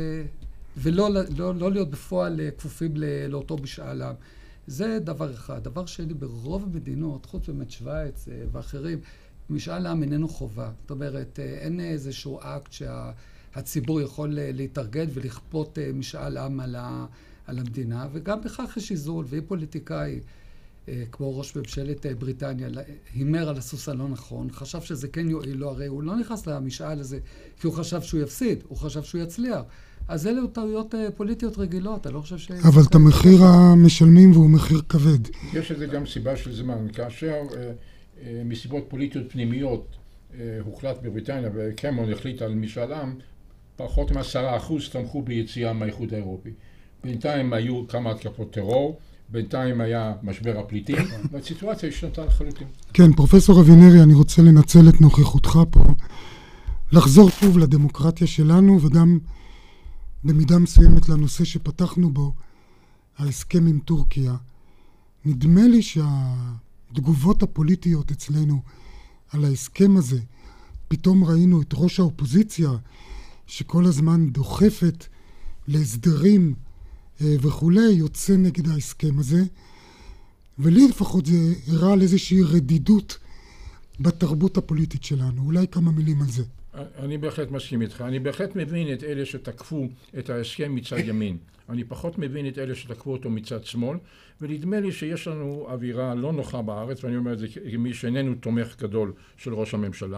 Speaker 10: ולא להיות בפועל כפופים לאותו משאל העם. זה דבר אחד. דבר שני, ברוב המדינות, חוץ באמת שוויץ ואחרים, משאל העם איננו חובה. זאת אומרת, אין איזשהו אקט שהציבור יכול להתארגן ולכפות משאל עם על המדינה, וגם בכך יש איזון, והיא פוליטיקאי, כמו ראש ממשלת בריטניה, הימר על הסוס הלא נכון, חשב שזה כן יועיל לו, הרי הוא לא נכנס למשאל הזה, כי הוא חשב שהוא יפסיד, הוא חשב שהוא יצליח. אז אלה טעויות פוליטיות רגילות, אתה לא חושב ש...
Speaker 7: אבל את המחיר המשלמים והוא מחיר כבד.
Speaker 8: יש לזה גם סיבה של זמן, כאשר מסיבות פוליטיות פנימיות הוחלט בבריטניה, וקמרון החליט על משאל עם, פחות מ10% תמכו ביציאה מהאיחוד האירופי. בינתיים היו כמה התקפות טרור, בינתיים היה משבר הפליטים, והסיטואציה השתנתה לחלוטין.
Speaker 7: כן, פרופסור אבינרי, אני רוצה לנצל את נוכחותך פה, לחזור שוב לדמוקרטיה שלנו, וגם במידה מסוימת לנושא שפתחנו בו, ההסכם עם טורקיה. נדמה לי שהתגובות הפוליטיות אצלנו על ההסכם הזה, פתאום ראינו את ראש האופוזיציה, שכל הזמן דוחפת להסדרים וכולי, יוצא נגד ההסכם הזה, ולי לפחות זה הראה על איזושהי רדידות בתרבות הפוליטית שלנו. אולי כמה מילים על זה.
Speaker 8: אני בהחלט מסכים איתך. אני בהחלט מבין את אלה שתקפו את ההסכם מצד ימין. אני פחות מבין את אלה שתקפו אותו מצד שמאל, ונדמה לי שיש לנו אווירה לא נוחה בארץ, ואני אומר את זה כמי שאיננו תומך גדול של ראש הממשלה,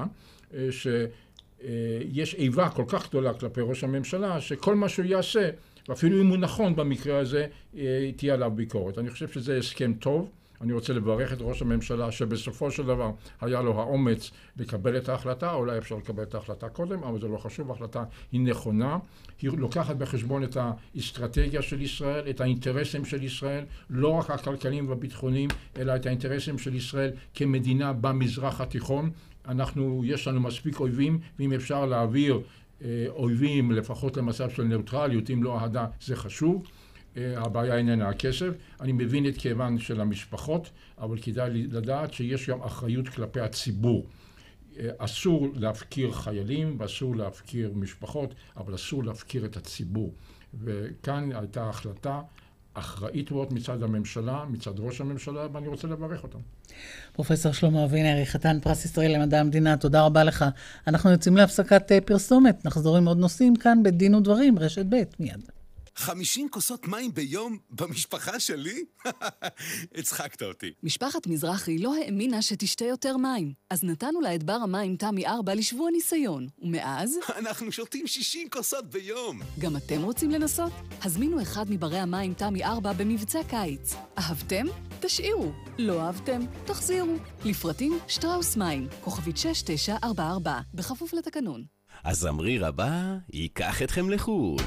Speaker 8: שיש איבה כל כך גדולה כלפי ראש הממשלה, שכל מה שהוא יעשה, ואפילו אם הוא נכון במקרה הזה, תהיה עליו ביקורת. אני חושב שזה הסכם טוב. אני רוצה לברך את ראש הממשלה שבסופו של דבר היה לו האומץ לקבל את ההחלטה, אולי אפשר לקבל את ההחלטה קודם, אבל זה לא חשוב, ההחלטה היא נכונה, היא לוקחת בחשבון את האסטרטגיה של ישראל, את האינטרסים של ישראל, לא רק הכלכליים והביטחוניים, אלא את האינטרסים של ישראל כמדינה במזרח התיכון. יש לנו מספיק אויבים, ואם אפשר להעביר אויבים לפחות למצב של נאוטרליות, אם לא אהדה, זה חשוב. הבעיה איננה הכסף. אני מבין את כאבן של המשפחות, אבל כדאי לדעת שיש גם אחריות כלפי הציבור. אסור להפקיר חיילים ואסור להפקיר משפחות, אבל אסור להפקיר את הציבור. וכאן הייתה החלטה אחראית מאוד מצד הממשלה, מצד ראש הממשלה, ואני רוצה לברך אותם.
Speaker 4: פרופסור שלמה אבינרי, חתן פרס ישראל למדע המדינה, תודה רבה לך. אנחנו יוצאים להפסקת פרסומת, נחזור עם עוד נושאים כאן בדין ודברים, רשת ב' מיד.
Speaker 11: 50 כוסות מים ביום במשפחה שלי? הצחקת אותי.
Speaker 12: משפחת מזרחי לא האמינה שתשתה יותר מים, אז נתנו לה את בר המים תמי 4 לשבוע ניסיון, ומאז...
Speaker 11: אנחנו שותים 60 כוסות ביום.
Speaker 12: גם אתם רוצים לנסות? הזמינו אחד מברי המים תמי 4 במבצע קיץ. אהבתם? תשאירו. לא אהבתם? תחזירו. לפרטים שטראוס מים, כוכבית 6944, בכפוף לתקנון.
Speaker 11: הזמריר הבא ייקח אתכם לחו"ל.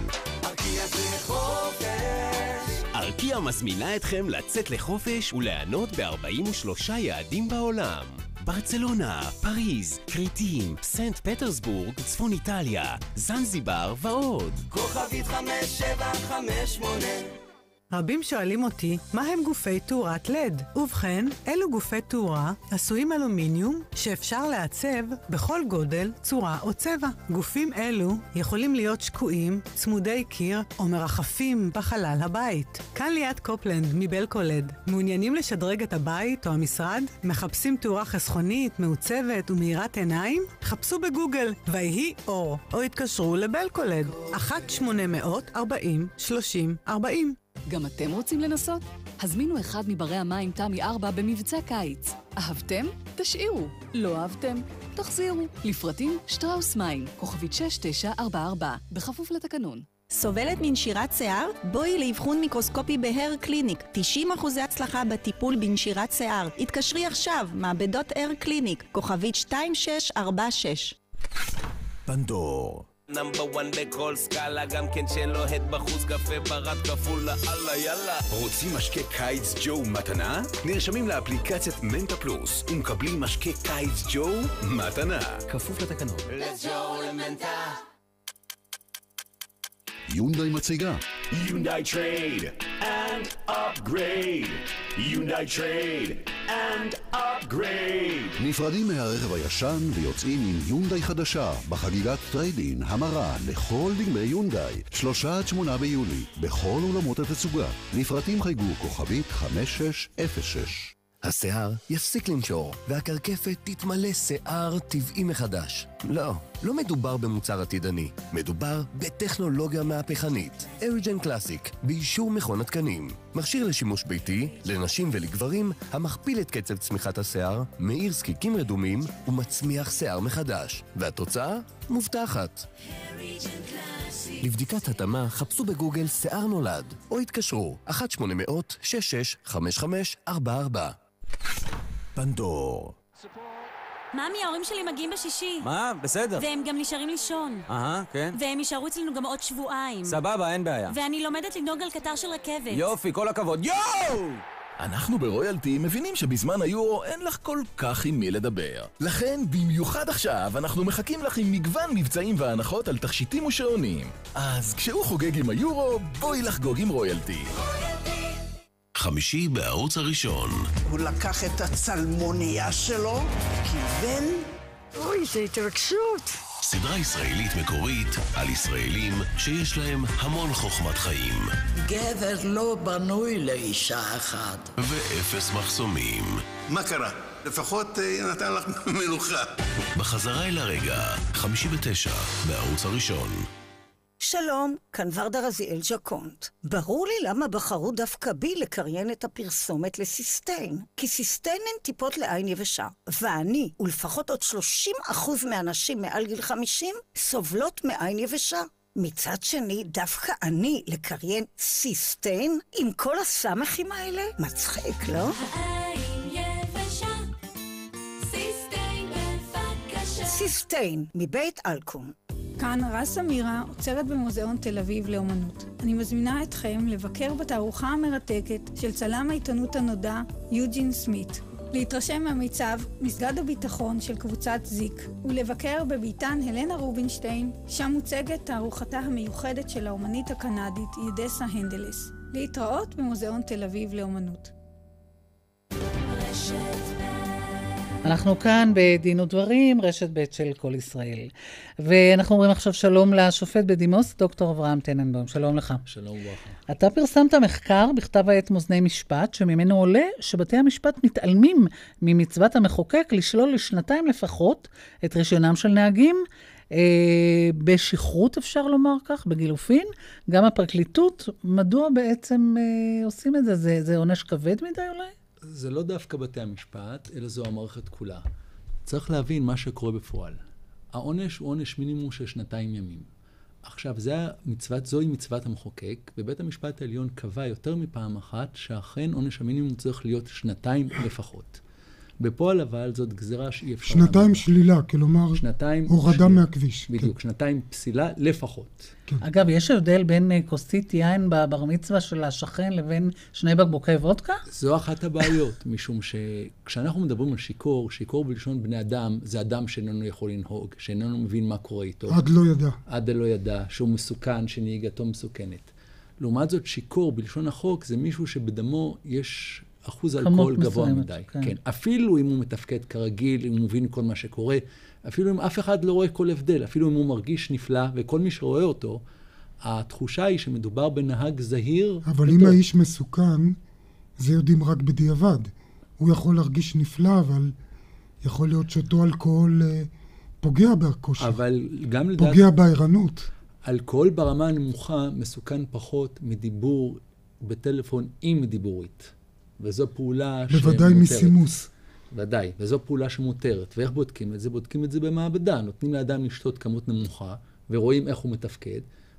Speaker 11: ארקיע מזמינה אתכם לצאת לחופש וליהנות ב-43 יעדים בעולם. ברצלונה, פריז, קריטים, סנט פטרסבורג, צפון איטליה, זנזיבר ועוד.
Speaker 13: כוכבית 5758.
Speaker 14: רבים שואלים אותי, מה הם גופי תאורת לד? ובכן, אלו גופי תאורה עשויים אלומיניום שאפשר לעצב בכל גודל, צורה או צבע. גופים אלו יכולים להיות שקועים, צמודי קיר או מרחפים בחלל הבית. כאן ליד קופלנד מבלקולד. מעוניינים לשדרג את הבית או המשרד? מחפשים תאורה חסכונית, מעוצבת ומאירת עיניים? חפשו בגוגל ויהי אור או התקשרו לבלקולד 1-840-30-40.
Speaker 12: גם אתם רוצים לנסות? הזמינו אחד מברי המים תמי 4 במבצע קיץ. אהבתם? תשאירו. לא אהבתם? תחזירו. לפרטים שטראוס מים, כוכבית 6944, בכפוף לתקנון.
Speaker 15: סובלת מנשירת שיער? בואי לאבחון מיקרוסקופי בהר קליניק. 90% הצלחה בטיפול בנשירת שיער. התקשרי עכשיו, מעבדות הר קליניק, כוכבית 2646.
Speaker 16: פנדור. נאמבר 1 בכל סקאלה, גם כן שלא הד בחוץ, קפה ברד כפול לאללה יאללה.
Speaker 11: רוצים משקה קיץ ג'ו מתנה? נרשמים לאפליקציית מנטה פלוס ומקבלים משקה קיץ ג'ו מתנה. כפוף לתקנון.
Speaker 13: Let's go למנטה.
Speaker 17: יונדאי מציגה
Speaker 18: Hyundai Trade and Upgrade. Hyundai Trade and Upgrade.
Speaker 17: נפרדים מהרכב הישן ויוצאים עם יונדאי חדשה בחגיגת טריידין המרה לכל דגמי יונדאי 3-8 ביולי בכל עולמות התצוגה. לפרטים חייגו כוכבית 5606.
Speaker 19: השיער יפסיק לנשור, והקרקפת תתמלא שיער טבעי מחדש. לא מדובר במוצר עתידני, מדובר בטכנולוגיה מהפכנית. אריג'ן קלאסיק, באישור מכון התקנים. מכשיר לשימוש ביתי, לנשים ולגברים, המכפיל את קצב צמיחת השיער, מאיר זקיקים רדומים ומצמיח שיער מחדש. והתוצאה? מובטחת. לבדיקת התאמה, חפשו בגוגל שיער נולד, או התקשרו 1-800-665544.
Speaker 16: פנדור.
Speaker 20: מאמי, ההורים שלי מגיעים בשישי.
Speaker 21: מה? בסדר.
Speaker 20: והם גם נשארים לישון.
Speaker 21: כן.
Speaker 20: והם יישארו אצלנו גם עוד שבועיים.
Speaker 21: סבבה, אין בעיה.
Speaker 20: ואני לומדת לנהוג על קטר של רכבת.
Speaker 21: יופי, כל הכבוד. יואו!
Speaker 3: אנחנו ברויאלטי מבינים שבזמן היורו אין לך כל כך עם מי לדבר. לכן, במיוחד עכשיו, אנחנו מחכים לך עם מגוון מבצעים והנחות על תכשיטים ושעונים. אז כשהוא חוגג עם היורו, בואי לחגוג עם רויאלטי.
Speaker 16: חמישי בערוץ הראשון.
Speaker 22: הוא לקח את הצלמוניה שלו, כיוון... אוי, זה התרגשות.
Speaker 16: סדרה ישראלית מקורית על ישראלים שיש להם המון חוכמת חיים.
Speaker 22: גבר לא בנוי לאישה אחת.
Speaker 16: ואפס מחסומים.
Speaker 11: מה קרה? לפחות נתן לך מנוחה.
Speaker 16: בחזרה אל הרגע, 5:09 בערוץ הראשון.
Speaker 22: שלום, כאן ורדה רזיאל ג'קונט. ברור לי למה בחרו דווקא בי לקריין את הפרסומת לסיסטיין. כי סיסטיין הן טיפות לעין יבשה. ואני, ולפחות עוד 30% מהנשים מעל גיל 50, סובלות מעין יבשה. מצד שני, דווקא אני לקריין סיסטיין עם כל הסמכים האלה? מצחיק, לא?
Speaker 13: העין יבשה, סיסטיין בבקשה.
Speaker 22: סיסטיין, מבית אלקום.
Speaker 23: כאן רס אמירה, עוצרת במוזיאון תל אביב לאומנות. אני מזמינה אתכם לבקר בתערוכה המרתקת של צלם העיתונות הנודע יוג'ין סמית. להתרשם מהמיצב מסגד הביטחון של קבוצת זיק, ולבקר בביתן הלנה רובינשטיין, שם מוצגת תערוכתה המיוחדת של האומנית הקנדית ידסה הנדלס. להתראות במוזיאון תל אביב לאומנות.
Speaker 4: אנחנו כאן בדין ודברים, רשת ב' של כל ישראל. ואנחנו אומרים עכשיו שלום לשופט בדימוס, דוקטור אברהם טננבאום. שלום לך.
Speaker 9: שלום וברכה.
Speaker 4: אתה פרסמת מחקר בכתב העת מאזני משפט, שממנו עולה שבתי המשפט מתעלמים ממצוות המחוקק לשלול לשנתיים לפחות את רישיונם של נהגים, בשכרות אפשר לומר כך, בגילופין. גם הפרקליטות, מדוע בעצם עושים את זה? זה עונש כבד מדי אולי?
Speaker 9: זה לא דווקא בתי המשפט, אלא זו המערכת כולה. צריך להבין מה שקורה בפועל. העונש הוא עונש מינימום של 2 ימים. עכשיו, זוהי מצוות המחוקק, ובית המשפט העליון קבע יותר מפעם אחת, שאכן עונש המינימום צריך להיות 2 לפחות. בפועל אבל זאת גזירה שאי אפשר...
Speaker 7: 2 שלילה, כלומר, הורדה מהכביש.
Speaker 9: בדיוק, 2 פסילה לפחות.
Speaker 4: כן. אגב, יש הבדל בין כוסית יין בבר מצווה של השכן לבין 2 בקבוקי וודקה?
Speaker 9: זו אחת הבעיות, משום שכשאנחנו מדברים על שיקור בלשון בני אדם, זה אדם שאיננו יכול לנהוג, שאיננו מבין מה קורה איתו. עד לא ידע, שהוא מסוכן, שנהיגתו מסוכנת. לעומת זאת, שיקור בלשון החוק זה מישהו שבדמו יש... אחוז אלכוהול גבוה מדי. כן. אפילו אם הוא מתפקד כרגיל, אם הוא מבין כל מה שקורה, אפילו אם אף אחד לא רואה כל הבדל, אפילו אם הוא מרגיש נפלא, וכל מי שרואה אותו, התחושה היא שמדובר בנהג זהיר.
Speaker 7: אבל אם האיש מסוכן, זה יודעים רק בדיעבד. הוא יכול להרגיש נפלא, אבל יכול להיות שאותו אלכוהול פוגע בכושר.
Speaker 9: אבל גם לדעת...
Speaker 7: פוגע בערנות.
Speaker 9: אלכוהול ברמה הנמוכה מסוכן פחות מדיבור בטלפון עם דיבורית. וזו פעולה שמותרת.
Speaker 7: בוודאי מסימוס.
Speaker 9: ודאי, וזו פעולה שמותרת. ואיך בודקים את זה? בודקים את זה במעבדה. נותנים לאדם לשתות כמות נמוכה, ורואים איך הוא מתפקד,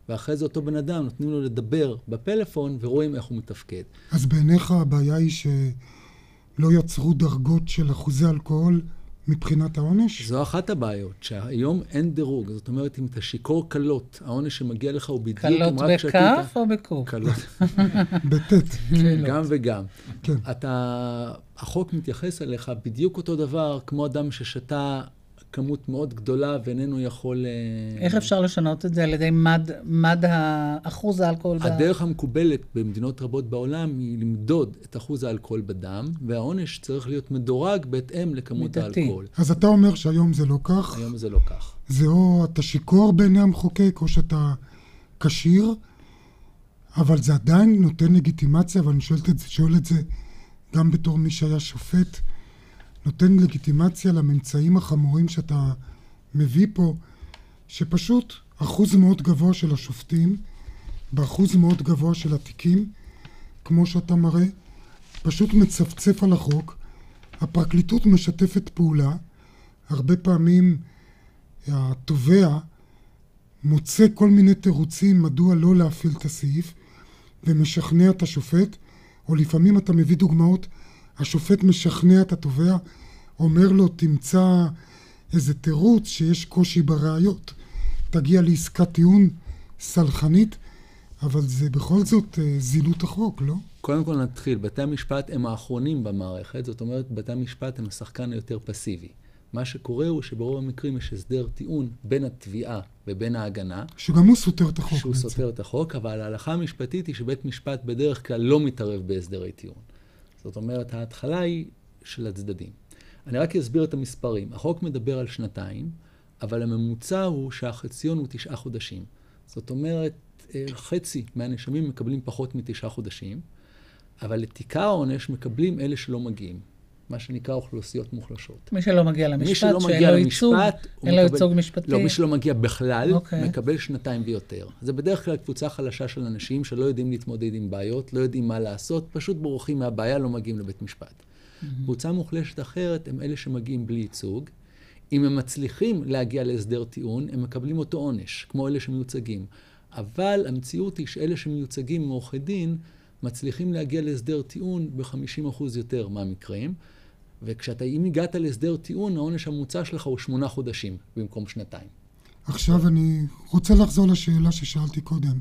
Speaker 9: ואחרי זה אותו בן אדם נותנים לו לדבר בפלאפון ורואים איך הוא מתפקד.
Speaker 7: אז בעיניך הבעיה היא שלא יצרו דרגות של אחוזי אלכוהול מבחינת העונש?
Speaker 9: זו אחת הבעיות, שהיום אין דירוג. זאת אומרת, אם אתה שיכור קלות, העונש שמגיע לך הוא בדיוק...
Speaker 4: קלות בכף או בקוף?
Speaker 9: קלות.
Speaker 7: בטט.
Speaker 9: גם וגם.
Speaker 7: כן.
Speaker 9: החוק מתייחס אליך בדיוק אותו דבר, כמו אדם ששתה כמות מאוד גדולה ואיננו יכול...
Speaker 4: איך אפשר לשנות את זה? על ידי מד אחוז האלכוהול?
Speaker 9: הדרך המקובלת במדינות רבות בעולם היא למדוד את אחוז האלכוהול בדם, והעונש צריך להיות מדורג בהתאם לכמות האלכוהול.
Speaker 7: אז אתה אומר שהיום זה לא כך?
Speaker 9: היום זה לא כך.
Speaker 7: זה או אתה שיכור בעיני המחוקק, או שאתה כשיר, אבל זה עדיין נותן לגיטימציה, ואני שואל את זה גם בתור מי שהיה שופט, נותן לגיטימציה לממצאים החמורים שאתה מביא פה, שפשוט אחוז מאוד גבוה של השופטים, באחוז מאוד גבוה של התיקים, כמו שאתה מראה, פשוט מצפצף על החוק. הפרקליטות משתפת פעולה, הרבה פעמים התובע מוצא כל מיני תירוצים מדוע לא להפעיל את הסעיף, ומשכנע את השופט, או לפעמים אתה מביא דוגמאות, השופט משכנע את התובע, אומר לו, תמצא איזה תירוץ שיש קושי בראיות. תגיע לעסקת טיעון סלחנית, אבל זה בכל זאת זילות החוק, לא?
Speaker 9: קודם כל נתחיל, בתי המשפט הם האחרונים במערכת, זאת אומרת, בתי המשפט הם השחקן היותר פסיבי. מה שקורה הוא שברוב המקרים יש הסדר טיעון בין התביעה ובין ההגנה.
Speaker 7: שגם הוא סותר את החוק.
Speaker 9: שהוא סותר את החוק, אבל ההלכה המשפטית היא שבית משפט בדרך כלל לא מתערב בהסדרי טיעון. זאת אומרת, ההתחלה היא של הצדדים. אני רק אסביר את המספרים. החוק מדבר על 2, אבל הממוצע הוא שהחציון הוא 9 חודשים. זאת אומרת, חצי מהנאשמים מקבלים פחות מ9 חודשים, אבל את עיקר העונש מקבלים אלה שלא מגיעים. מה שנקרא אוכלוסיות מוחלשות.
Speaker 4: מי שלא מגיע למשפט, שאין לו ייצוג, אין לו ייצוג משפטי.
Speaker 9: לא, מי שלא מגיע בכלל, מקבל 2 ויותר. זה בדרך כלל קבוצה חלשה של אנשים שלא יודעים להתמודד עם בעיות, לא יודעים מה לעשות, פשוט בורחים מהבעיה, לא מגיעים לבית משפט. קבוצה מוחלשת אחרת הם אלה שמגיעים בלי ייצוג. אם הם מצליחים להגיע להסדר טיעון, הם מקבלים אותו עונש, כמו אלה שמיוצגים. אבל המציאות היא שאלה שמיוצגים מעורכי דין, מצליחים להגיע להסדר טיעון ב-50% יותר מהמקרים, אם הגעת להסדר טיעון, העונש הממוצע שלך הוא 8 חודשים במקום 2.
Speaker 7: עכשיו אני רוצה לחזור לשאלה ששאלתי קודם.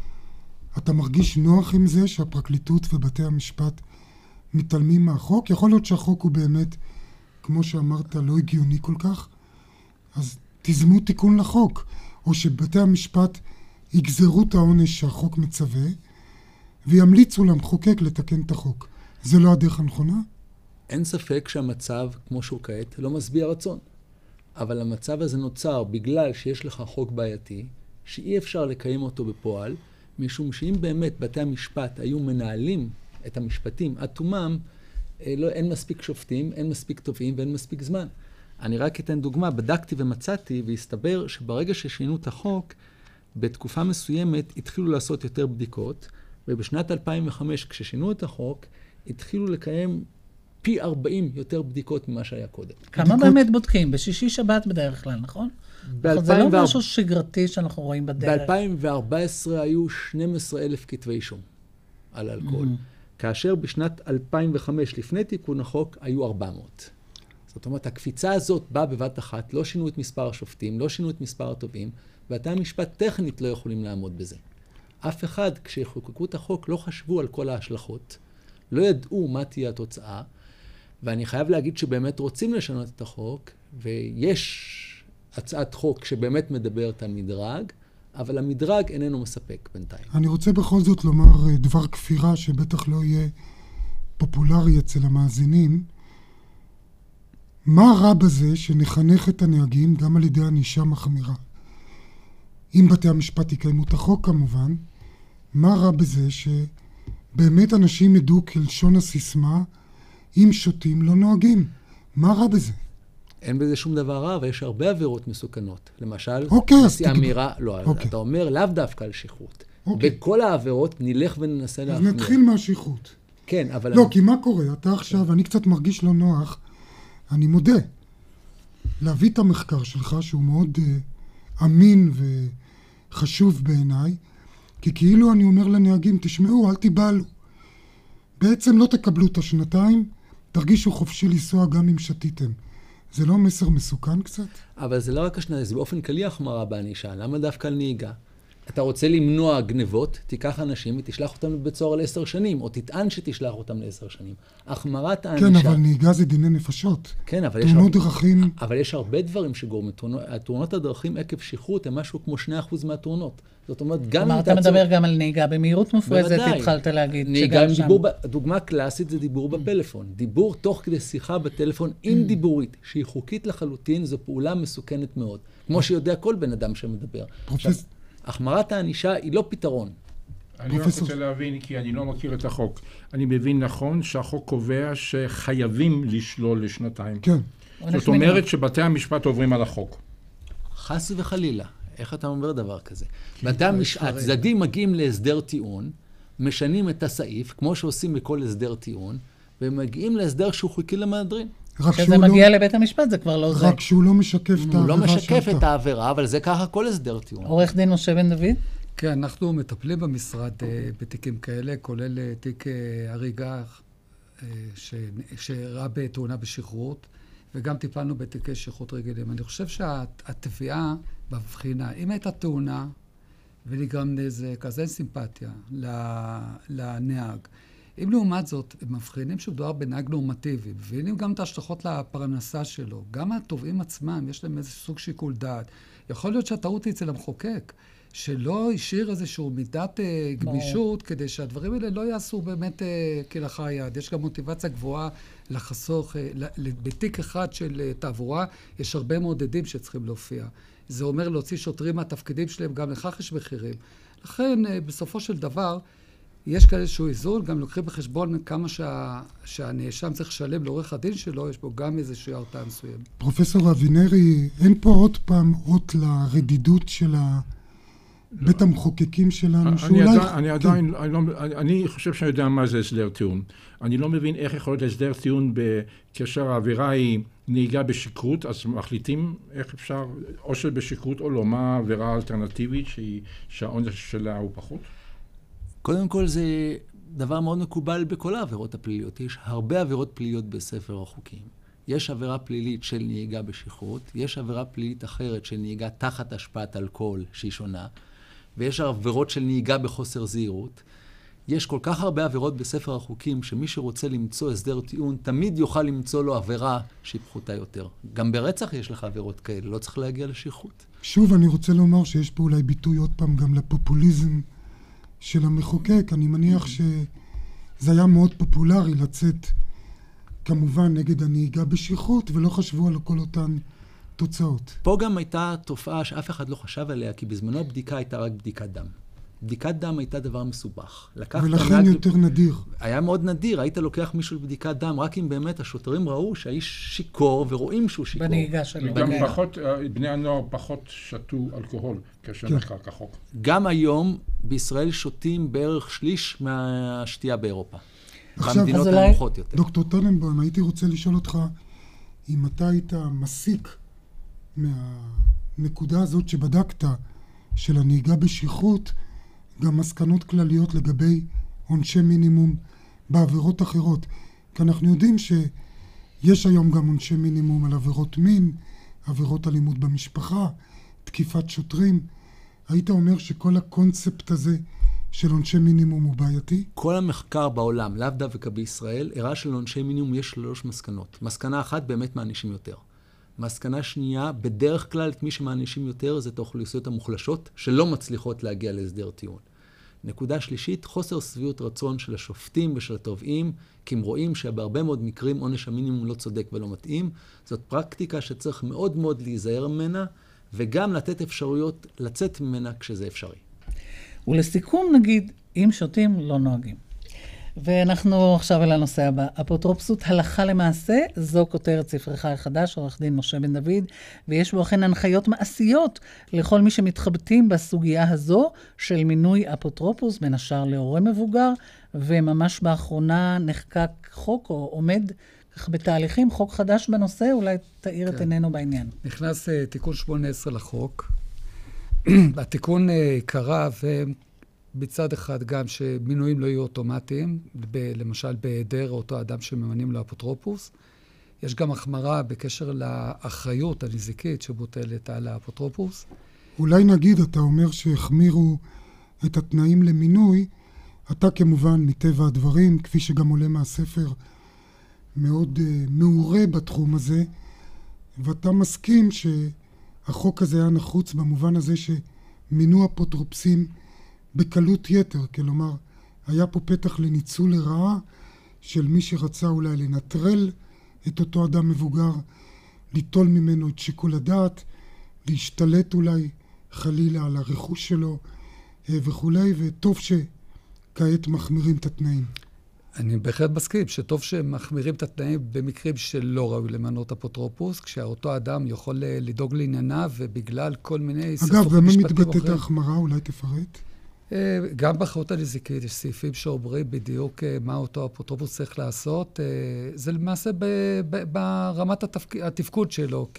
Speaker 7: אתה מרגיש נוח עם זה שהפרקליטות ובתי המשפט מתעלמים מהחוק? יכול להיות שהחוק הוא באמת, כמו שאמרת, לא הגיוני כל כך, אז תזמו תיקון לחוק, או שבתי המשפט יגזרו את העונש שהחוק מצווה, וימליצו למחוקק לתקן את החוק. זה לא הדרך הנכונה?
Speaker 9: אין ספק שהמצב, כמו שהוא כעת, לא משביע רצון. אבל המצב הזה נוצר בגלל שיש לך חוק בעייתי, שאי אפשר לקיים אותו בפועל, משום שאם באמת בתי המשפט היו מנהלים את המשפטים עד תומם, אין מספיק שופטים, אין מספיק תובעים ואין מספיק זמן. אני רק אתן דוגמה, בדקתי ומצאתי, והסתבר שברגע ששינו את החוק, בתקופה מסוימת התחילו לעשות יותר בדיקות, ובשנת 2005, כששינו את החוק, התחילו לקיים פי 40 יותר בדיקות ממה שהיה קודם.
Speaker 4: כמה באמת בודקים? בשישי שבת בדרך כלל, נכון? זה לא משהו שגרתי שאנחנו רואים בדרך.
Speaker 9: ב-2014 היו 12,000 כתבי אישום על אלכוהול, כאשר בשנת 2005, לפני תיקון החוק, היו 400. זאת אומרת, הקפיצה הזאת באה בבת אחת, לא שינו את מספר השופטים, לא שינו את מספר התובעים, ובתי המשפט טכנית לא יכולים לעמוד בזה. אף אחד, כשחוקקו את החוק, לא חשבו על כל ההשלכות, לא ידעו מה תהיה התוצאה, ואני חייב להגיד שבאמת רוצים לשנות את החוק, ויש הצעת חוק שבאמת מדברת על מדרג, אבל המדרג איננו מספק בינתיים.
Speaker 7: אני רוצה בכל זאת לומר דבר כפירה שבטח לא יהיה פופולרי אצל המאזינים. מה רע בזה שנחנך את הנהגים גם על ידי ענישה מחמירה? אם בתי המשפט יקיימו את החוק כמובן, מה רע בזה שבאמת אנשים ידעו כלשון הסיסמה, אם שותים לא נוהגים? מה רע בזה?
Speaker 9: אין בזה שום דבר רע, ויש הרבה עבירות מסוכנות. למשל,
Speaker 7: נשיא
Speaker 9: אמירה, לא, אתה אומר לאו דווקא על שכרות. בכל העבירות נלך וננסה להחמיר.
Speaker 7: אז נתחיל מהשכרות.
Speaker 9: כן, אבל...
Speaker 7: לא, כי מה קורה? אתה עכשיו, אני קצת מרגיש לא נוח, אני מודה. להביא את המחקר שלך, שהוא מאוד אמין חשוב בעיניי, כי כאילו אני אומר לנהגים, תשמעו, אל תיבהלו. בעצם לא תקבלו את השנתיים, תרגישו חופשי לנסוע גם אם שתיתם. זה לא מסר מסוכן קצת?
Speaker 9: אבל זה לא רק השנתיים, זה באופן כללי החמרה בענישה. למה דווקא על נהיגה? אתה רוצה למנוע גנבות, תיקח אנשים ותשלח אותם לבית סוהר ל10 שנים, או תטען שתשלח אותם ל10 שנים. החמרת הענישה...
Speaker 7: כן, אבל נהיגה זה דיני נפשות.
Speaker 9: כן, אבל
Speaker 7: תאונות דרכים...
Speaker 9: אבל יש הרבה דברים שגורמים. תאונות הדרכים עקב שכרות הם משהו כמו 2% מהתאונות. זאת אומרת, גם...
Speaker 4: כלומר, אתה מדבר גם על נהיגה במהירות מופרזת, התחלת להגיד.
Speaker 9: נהיגה עם דיבור, דוגמה קלאסית זה דיבור בפלאפון. דיבור תוך כדי שיחה בטלפון עם דיבורית, שהיא חוקית לחלוטין, זו פעולה מסוכנת מאוד. כמו שיודע כל בן אדם שמדבר. החמרת הענישה היא לא פתרון.
Speaker 8: אני רק רוצה להבין, כי אני לא מכיר את החוק. אני מבין נכון שהחוק קובע שחייבים לשלול לשנתיים.
Speaker 7: כן.
Speaker 8: זאת אומרת שבתי המשפט עוברים על החוק.
Speaker 9: חס וחלילה. איך אתה אומר דבר כזה? הצדדים מגיעים להסדר טיעון, משנים את הסעיף, כמו שעושים בכל הסדר טיעון, ומגיעים להסדר שהוא חוקי למהדרין.
Speaker 4: כשזה מגיע לבית המשפט זה כבר לא זה.
Speaker 7: רק שהוא לא משקף את העבירה.
Speaker 9: הוא לא משקף את העבירה, אבל זה ככה כל הסדר טיעון.
Speaker 4: עורך דין משה בן דוד?
Speaker 10: כן, אנחנו מטפלים במשרד בתיקים כאלה, כולל תיק הריגה שאירע בתאונה בשכרות, וגם טיפלנו בתיקי שכרות רגילים. אני חושב שהתביעה בבחינה, אם הייתה תאונה ונגרם נזק, אז אין סימפתיה לנהג. אם לעומת זאת, הם מבחינים שמדובר בנהג נורמטיבי, מבינים גם את ההשלכות לפרנסה שלו. גם התובעים עצמם, יש להם איזה סוג שיקול דעת. יכול להיות שהטעות היא אצל המחוקק, שלא השאיר איזשהו מידת גמישות, כדי שהדברים האלה לא יעשו באמת כלאחר יד. יש גם מוטיבציה גבוהה לחסוך. בתיק אחד של תעבורה, יש הרבה מאוד עדים שצריכים להופיע. זה אומר להוציא שוטרים מהתפקידים שלהם, גם לכך יש מחירים. לכן, בסופו של דבר, יש כאלה שהוא איזון, גם לוקחים בחשבון כמה שהנאשם צריך לשלם לעורך הדין שלו, יש בו גם איזושהי הרתעה מסוים.
Speaker 7: פרופסור אבינרי, אין פה עוד פעם אות לרדידות של בית המחוקקים שלנו,
Speaker 8: אני חושב שאני יודע מה זה הסדר טיעון. אני לא מבין איך יכול להיות הסדר טיעון כאשר האווירה היא נהיגה בשכרות, אז מחליטים איך אפשר, או שבשכרות או לא, מה העבירה האלטרנטיבית שהעונש שלה הוא פחות?
Speaker 9: קודם כל זה דבר מאוד מקובל בכל העבירות הפליליות. יש הרבה עבירות פליליות בספר החוקים. יש עבירה פלילית של נהיגה בשכרות, יש עבירה פלילית אחרת של נהיגה תחת השפעת אלכוהול שהיא שונה, ויש עבירות של נהיגה בחוסר זהירות. יש כל כך הרבה עבירות בספר החוקים שמי שרוצה למצוא הסדר טיעון תמיד יוכל למצוא לו עבירה שהיא פחותה יותר. גם ברצח יש לך עבירות כאלה, לא צריך להגיע לשכרות.
Speaker 7: שוב, אני רוצה לומר שיש פה אולי ביטוי עוד פעם גם לפופוליזם של המחוקק. אני מניח שזה היה מאוד פופולרי לצאת כמובן נגד הנהיגה בשכרות, ולא חשבו על כל אותן תוצאות.
Speaker 9: פה גם הייתה תופעה שאף אחד לא חשב עליה, כי בזמנו הבדיקה הייתה רק בדיקת דם. בדיקת דם הייתה דבר מסובך.
Speaker 7: ולכן יותר נדיר.
Speaker 9: היה מאוד נדיר, היית לוקח מישהו לבדיקת דם, רק אם באמת השוטרים ראו שהאיש שיקור, ורואים שהוא שיקור.
Speaker 4: בנהיגה שלו.
Speaker 8: גם פחות, בני הנוער פחות שתו אלכוהול, כאשר נחקק החוק.
Speaker 9: גם היום בישראל שותים בערך שליש מהשתייה באירופה.
Speaker 7: עכשיו,
Speaker 9: במדינות הנמוכות יותר.
Speaker 7: דוקטור טננבוים, הייתי רוצה לשאול אותך, אם אתה היית מסיק מהנקודה הזאת שבדקת, של הנהיגה בשכרות, גם מסקנות כלליות לגבי עונשי מינימום בעבירות אחרות. כי אנחנו יודעים שיש היום גם עונשי מינימום על עבירות מין, עבירות אלימות במשפחה, תקיפת שוטרים. היית אומר שכל הקונספט הזה של עונשי מינימום הוא בעייתי?
Speaker 9: כל המחקר בעולם, לאו דווקא בישראל, הראה שלעונשי מינימום יש 3 מסקנות. מסקנה אחת, באמת מענישים יותר. מסקנה שנייה, בדרך כלל את מי שמענישים יותר זה את האוכלוסיות המוחלשות שלא מצליחות להגיע להסדר טיעון. נקודה שלישית, חוסר שביעות רצון של השופטים ושל התובעים, כי הם רואים שבהרבה מאוד מקרים עונש המינימום לא צודק ולא מתאים. זאת פרקטיקה שצריך מאוד מאוד להיזהר ממנה, וגם לתת אפשרויות לצאת ממנה כשזה אפשרי.
Speaker 4: ולסיכום נגיד, אם שותים לא נוהגים. ואנחנו עכשיו אל הנושא הבא. אפוטרופסות הלכה למעשה, זו כותרת ספרך החדש, עורך דין משה בן דוד, ויש בו אכן הנחיות מעשיות לכל מי שמתחבטים בסוגיה הזו של מינוי אפוטרופוס, בין השאר להורה מבוגר, וממש באחרונה נחקק חוק, או עומד כך בתהליכים, חוק חדש בנושא, אולי תאיר את עינינו בעניין.
Speaker 10: נכנס תיקון 18 לחוק, התיקון קרה, ובצד אחד גם שמינויים לא יהיו אוטומטיים, למשל בהיעדר אותו אדם שממנים לו אפוטרופוס. יש גם החמרה בקשר לאחריות הנזיקית שמוטלת על האפוטרופוס.
Speaker 7: אולי נגיד, אתה אומר שהחמירו את התנאים למינוי, אתה כמובן מטבע הדברים, כפי שגם עולה מהספר, מאוד מעורה בתחום הזה, ואתה מסכים שהחוק הזה היה נחוץ במובן הזה שמינו אפוטרופסים בקלות יתר, כלומר, היה פה פתח לניצול לרעה של מי שרצה אולי לנטרל את אותו אדם מבוגר, ליטול ממנו את שיקול הדעת, להשתלט אולי חלילה על הרכוש שלו וכולי, וטוב שכעת מחמירים את התנאים.
Speaker 10: אני בהחלט מסכים שטוב שמחמירים את התנאים במקרים שלא ראוי למנות אפוטרופוס, כשאותו אדם יכול לדאוג לענייניו ובגלל כל מיני סכסוכים
Speaker 7: משפטיים אחרים. אגב, במה מתבטאת ההחמרה? אולי תפרט?
Speaker 10: גם באחריות הנזיקית יש סעיפים שאומרים בדיוק מה אותו אפוטרופוס צריך לעשות. זה למעשה ברמת התפקוד שלו,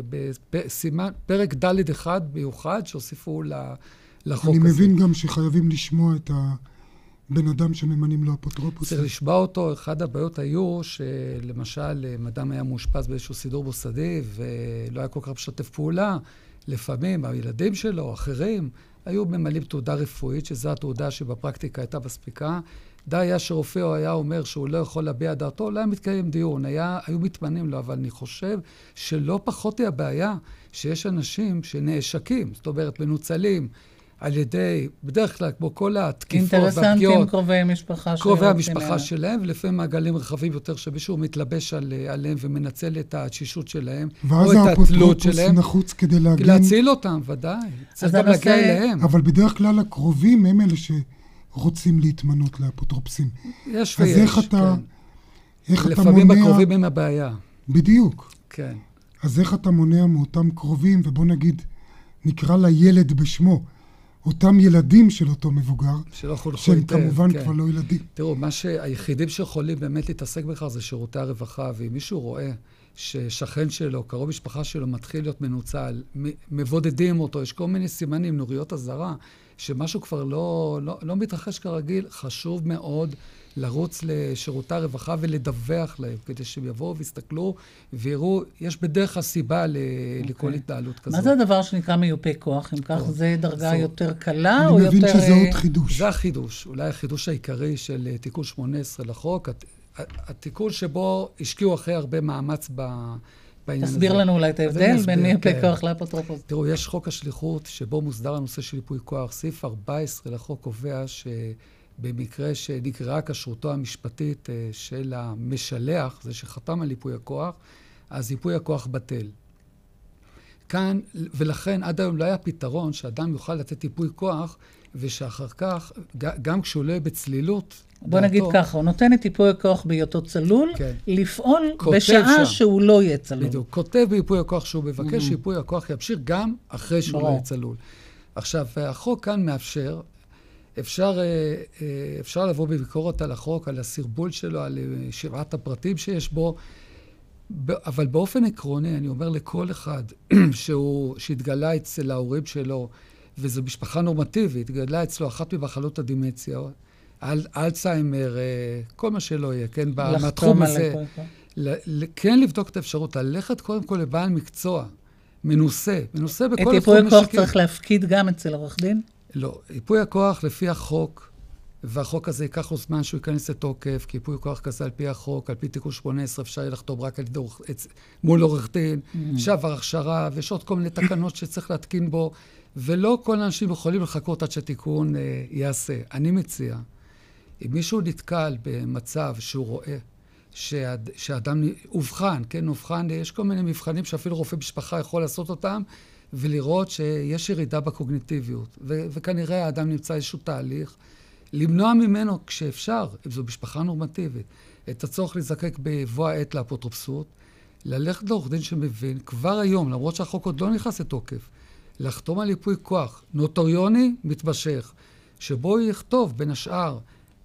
Speaker 10: פרק ד' 1 מיוחד שהוסיפו לחוק הזה.
Speaker 7: אני מבין גם שחייבים לשמוע את הבן אדם שממנים לו אפוטרופוס.
Speaker 10: צריך לשמוע אותו. אחד הבעיות היו שלמשל, אדם היה מאושפז באיזשהו סידור מוסדי ולא היה כל כך משתף פעולה. לפעמים הילדים שלו, אחרים, היו ממלאים תעודה רפואית, שזו התעודה שבפרקטיקה הייתה מספיקה. די היה שרופא היה אומר שהוא לא יכול להביע דעתו, לא היה מתקיים דיון, היו מתמנים לו, אבל אני חושב שלא פחות היא הבעיה שיש אנשים שנעשקים, זאת אומרת, מנוצלים על ידי, בדרך כלל, כמו כל התקיפות והפגיעות.
Speaker 4: אינטרסנטים, קרובי המשפחה שלהם.
Speaker 10: קרובי המשפחה שלהם, ולפעמים מעגלים רחבים יותר שמישהו מתלבש עליהם ומנצל את התשישות שלהם,
Speaker 7: או את התלות שלהם. נחוץ כדי להגן.
Speaker 10: להציל אותם, ודאי. צריך גם להגיע אליהם.
Speaker 7: אבל בדרך כלל הקרובים הם אלה שרוצים להתמנות לאפוטרופסים.
Speaker 10: יש ויש, כן.
Speaker 7: איך אתה
Speaker 10: לפעמים
Speaker 7: מונע...
Speaker 10: הקרובים הם הבעיה.
Speaker 7: בדיוק.
Speaker 10: כן.
Speaker 7: אז איך אתה מונע מאותם קרובים, ובוא נגיד, נקרא לילד בשמו, אותם ילדים של אותו מבוגר, שהם כמובן כבר לא ילדים.
Speaker 10: תראו, היחידים שיכולים באמת להתעסק בכך זה שירותי הרווחה, ואם מישהו רואה ששכן שלו, קרוב משפחה שלו, מתחיל להיות מנוצל, מבודדים אותו, יש כל מיני סימנים, נוריות הזרה, שמשהו כבר לא מתרחש כרגיל, חשוב מאוד לרוץ לשירותי הרווחה ולדווח להם, כדי שהם יבואו ויסתכלו ויראו, יש בדרך הסיבה לכל התנהלות כזאת.
Speaker 4: מה זה הדבר שנקרא מיופה כוח? אם כך זה דרגה יותר קלה או יותר...
Speaker 7: אני מבין שזה עוד חידוש.
Speaker 10: זה החידוש, אולי החידוש העיקרי של תיקון 18 לחוק, התיקון שבו השקיעו אחרי הרבה מאמץ בעניין הזה.
Speaker 4: תסביר לנו אולי את ההבדל בין מיופה כוח לאפוטרופוס.
Speaker 10: תראו, יש חוק השליחות שבו מוסדר הנושא של ייפוי כוח. סעיף 14 לחוק קובע שבמקרה שנגרעה כשרותו המשפטית של המשלח, זה שחתם על ייפוי הכוח, אז ייפוי הכוח בטל. כאן, ולכן עד היום לא היה פתרון שאדם יוכל לתת ייפוי כוח, ושאחר כך, גם כשהוא לא יהיה בצלילות,
Speaker 4: בוא נגיד ככה, הוא נותן את ייפוי הכוח בהיותו צלול, לפעול בשעה שהוא לא יהיה צלול.
Speaker 10: בדיוק, כותב בייפוי הכוח שהוא מבקש, שייפוי הכוח ימשיך גם אחרי שהוא לא יהיה צלול. עכשיו, החוק כאן מאפשר, אפשר לבוא בביקורת על החוק, על הסרבול שלו, על שבעת הפרטים שיש בו, אבל באופן עקרוני, אני אומר לכל אחד שהתגלה אצל ההורים שלו, וזו משפחה נורמטיבית, התגלה אצלו אחת ממחלות הדמנציה, אלצהיימר, כל מה שלא יהיה, כן, מהתחום הזה. כן לבדוק את האפשרות, ללכת קודם כל לבעל מקצוע, מנוסה בכל התחום.
Speaker 4: את ייפוי הכוח צריך להפקיד גם אצל עורך דין?
Speaker 10: לא, ייפוי הכוח לפי החוק, והחוק הזה ייקח לו זמן שהוא ייכנס לתוקף, כי ייפוי כוח כזה על פי החוק, על פי תיקון 18, אפשר יהיה לחתום רק על ידי מול עורך דין, שעבר הכשרה, ויש עוד כל מיני תקנות שצריך להתקין בו, ולא כל האנשים יכולים לחכות עד שהתיקון יעשה. אני מציע, אם מישהו נתקל במצב שהוא רואה שאדם הובחן, כן, הובחן, יש כל מיני מבחנים שאפילו רופא משפחה יכול לעשות אותם, ולראות שיש ירידה בקוגניטיביות, וכנראה האדם נמצא איזשהו תהליך, למנוע ממנו כשאפשר, אם זו משפחה נורמטיבית, את הצורך להזדקק בבוא העת לאפוטרופסות, ללכת לעורך דין שמבין, כבר היום, למרות שהחוק עוד לא נכנס לתוקף, לחתום על ייפוי כוח נוטריוני מתמשך, שבו הוא יכתוב בין השאר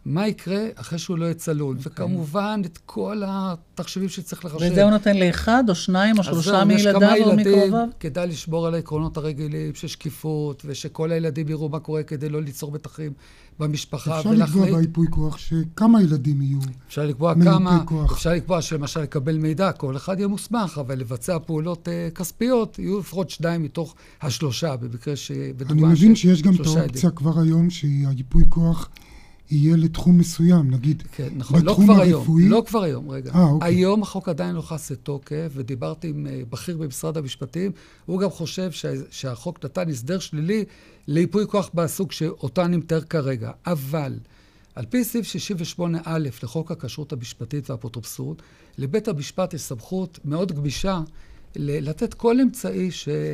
Speaker 10: מה יקרה אחרי שהוא לא יהיה צלול. וכמובן, את כל התחשיבים שצריך לחשב.
Speaker 4: וזה הוא נותן לאחד או שניים או שלושה מילדיו או מקרוביו?
Speaker 10: כדאי לשבור על העקרונות הרגילים של שקיפות, ושכל הילדים יראו מה קורה כדי לא ליצור מתחים במשפחה.
Speaker 7: אפשר לקבוע בייפוי כוח שכמה ילדים יהיו
Speaker 10: אפשר לקבוע כמה, אפשר לקבוע שלמשל לקבל מידע, כל אחד יהיה מוסמך, אבל לבצע פעולות כספיות, יהיו לפחות 2 מתוך 3, במקרה
Speaker 7: אני מבין שיש גם את האופציה כבר היום, שהייפוי כוח יהיה לתחום מסוים, נגיד,
Speaker 10: כן, נכון,
Speaker 7: בתחום הרפואי.
Speaker 10: לא כבר היום, רגע.
Speaker 7: אוקיי.
Speaker 10: היום החוק עדיין לא נכנס לתוקף, ודיברתי עם בכיר במשרד המשפטים, הוא גם חושב שהחוק נתן הסדר שלילי לייפוי כוח בסוג שאותו אני מתאר כרגע. אבל, על פי סעיף 68א לחוק הכשרות המשפטית והאפוטרופסות, לבית המשפט יש סמכות מאוד גמישה לתת כל אמצעי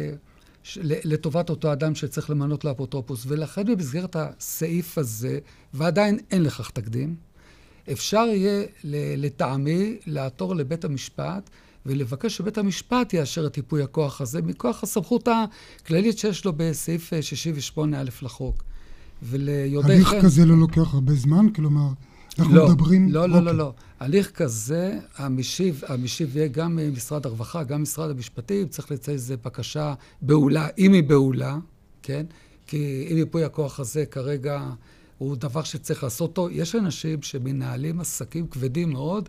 Speaker 10: לטובת אותו אדם שצריך למנות לאפוטרופוס, ולכן במסגרת הסעיף הזה, ועדיין אין לכך תקדים, אפשר יהיה לטעמי לעתור לבית המשפט, ולבקש שבית המשפט יאשר את ייפוי הכוח הזה, מכוח הסמכות הכללית שיש לו בסעיף 68א לחוק.
Speaker 7: הליך כזה לא לוקח הרבה זמן? כלומר, אנחנו מדברים...
Speaker 10: לא. הליך כזה, המשיב יהיה גם משרד הרווחה, גם משרד המשפטים, צריך לציין איזו בקשה בהולה, אם היא בהולה, כן? כי אם ייפוי הכוח הזה כרגע הוא דבר שצריך לעשות אותו, יש אנשים שמנהלים עסקים כבדים מאוד,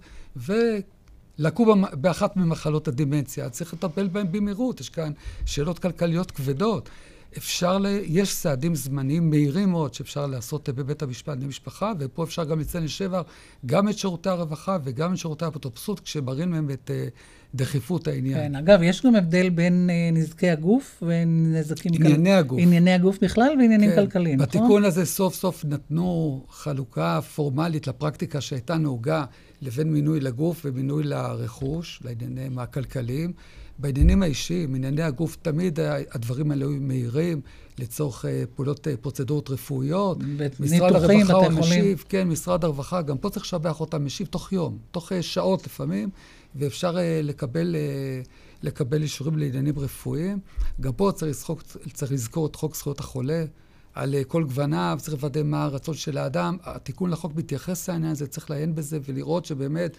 Speaker 10: ולקו באחת ממחלות הדימנציה, צריך לטפל בהם במהירות, יש כאן שאלות כלכליות כבדות. יש סעדים זמניים מהירים מאוד שאפשר לעשות בבית המשפט למשפחה, ופה אפשר גם לציין לשבח גם את שירותי הרווחה וגם את שירותי האפוטרופסות, כשמראים להם את דחיפות העניין.
Speaker 4: כן, אגב, יש גם הבדל בין נזקי הגוף ונזקים... ענייני הגוף בכלל ועניינים כלכליים, נכון?
Speaker 10: בתיקון הזה סוף סוף נתנו חלוקה פורמלית לפרקטיקה שהייתה נהוגה לבין מינוי לגוף ומינוי לרכוש, לעניינים הכלכליים. בעניינים האישיים, ענייני הגוף, תמיד הדברים האלה היו מהירים לצורך פעולות פרוצדורות רפואיות. משרד הרווחה הוא משיב, כן, משרד הרווחה, גם פה צריך לשבח אותם, משיב תוך יום, תוך שעות לפעמים, ואפשר לקבל אישורים לעניינים רפואיים. גם פה צריך לזכור את חוק זכויות החולה, על כל גווניו, צריך לוודא מה הרצון של האדם. התיקון לחוק מתייחס לעניין הזה, צריך לעיין בזה ולראות שבאמת...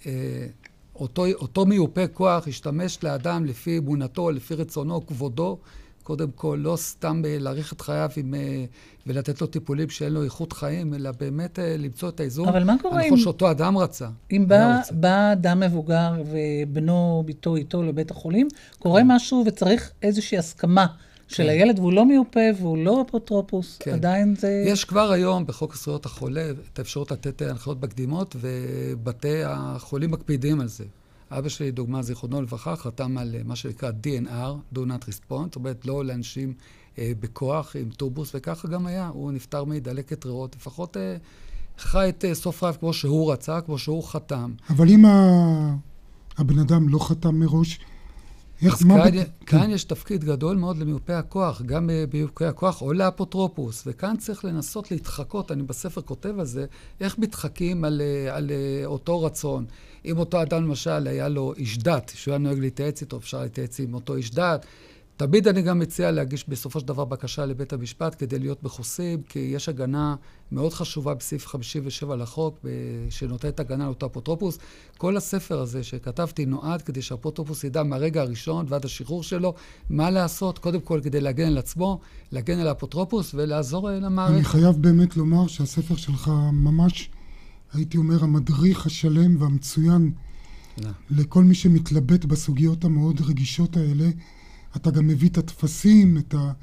Speaker 10: אותו מיופה כוח ישתמש לאדם לפי אמונתו, לפי רצונו, כבודו, קודם כל לא סתם להאריך את חייו ולתת לו טיפולים שאין לו איכות חיים, אלא באמת למצוא את האיזון.
Speaker 4: אבל מה קורה
Speaker 10: אני חושב שאותו אדם רצה.
Speaker 4: אם בא אדם מבוגר ובנו, ביתו, איתו לבית החולים, קורה משהו וצריך איזושהי הסכמה של הילד, והוא לא מיופה והוא לא אפוטרופוס, עדיין זה...
Speaker 10: יש כבר היום בחוק זכויות החולה את האפשרות לתת הנחיות מקדימות, ובתי החולים מקפידים על זה. אבא שלי, דוגמה, זיכרונו לברכה, חתם על מה שנקרא DNR, Do Not Respond, זאת אומרת, לא לאנשים בכוח עם טורבוס, וככה גם היה. הוא נפטר מדלקת ריאות, לפחות חי את סוף חייו כמו שהוא רצה, כמו שהוא חתם.
Speaker 7: אבל אם הבן אדם לא חתם מראש,
Speaker 10: אז כאן יש תפקיד גדול מאוד למיופי הכוח, גם ביופי הכוח או לאפוטרופוס, וכאן צריך לנסות להתחקות, אני בספר כותב על זה, איך מתחקים על אותו רצון. אם אותו אדם למשל היה לו איש דת, שהוא היה נוהג להתייעץ איתו, אפשר להתייעץ עם אותו איש דת, תמיד אני גם מציע להגיש בסופו של דבר בקשה לבית המשפט כדי להיות בחוסים, כי יש הגנה מאוד חשובה בסעיף 57 לחוק, שנותנת הגנה לאותו אפוטרופוס. כל הספר הזה שכתבתי נועד כדי שהאפוטרופוס ידע מהרגע הראשון ועד השחרור שלו, מה לעשות, קודם כל כדי להגן על עצמו, להגן על האפוטרופוס ולעזור למערכת.
Speaker 7: אני חייב באמת לומר שהספר שלך ממש, הייתי אומר, המדריך השלם והמצוין לכל מי שמתלבט בסוגיות המאוד רגישות האלה. אתה גם מביא את התפסים,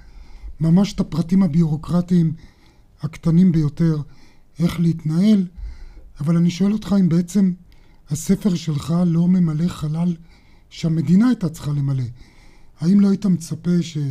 Speaker 7: ממש את הפרטים הביורוקרטיים הקטנים ביותר, איך להתנהל, אבל אני שואל אותך אם בעצם הספר שלך לא ממלא חלל שהמדינה הייתה צריכה למלא. האם לא היית מצפה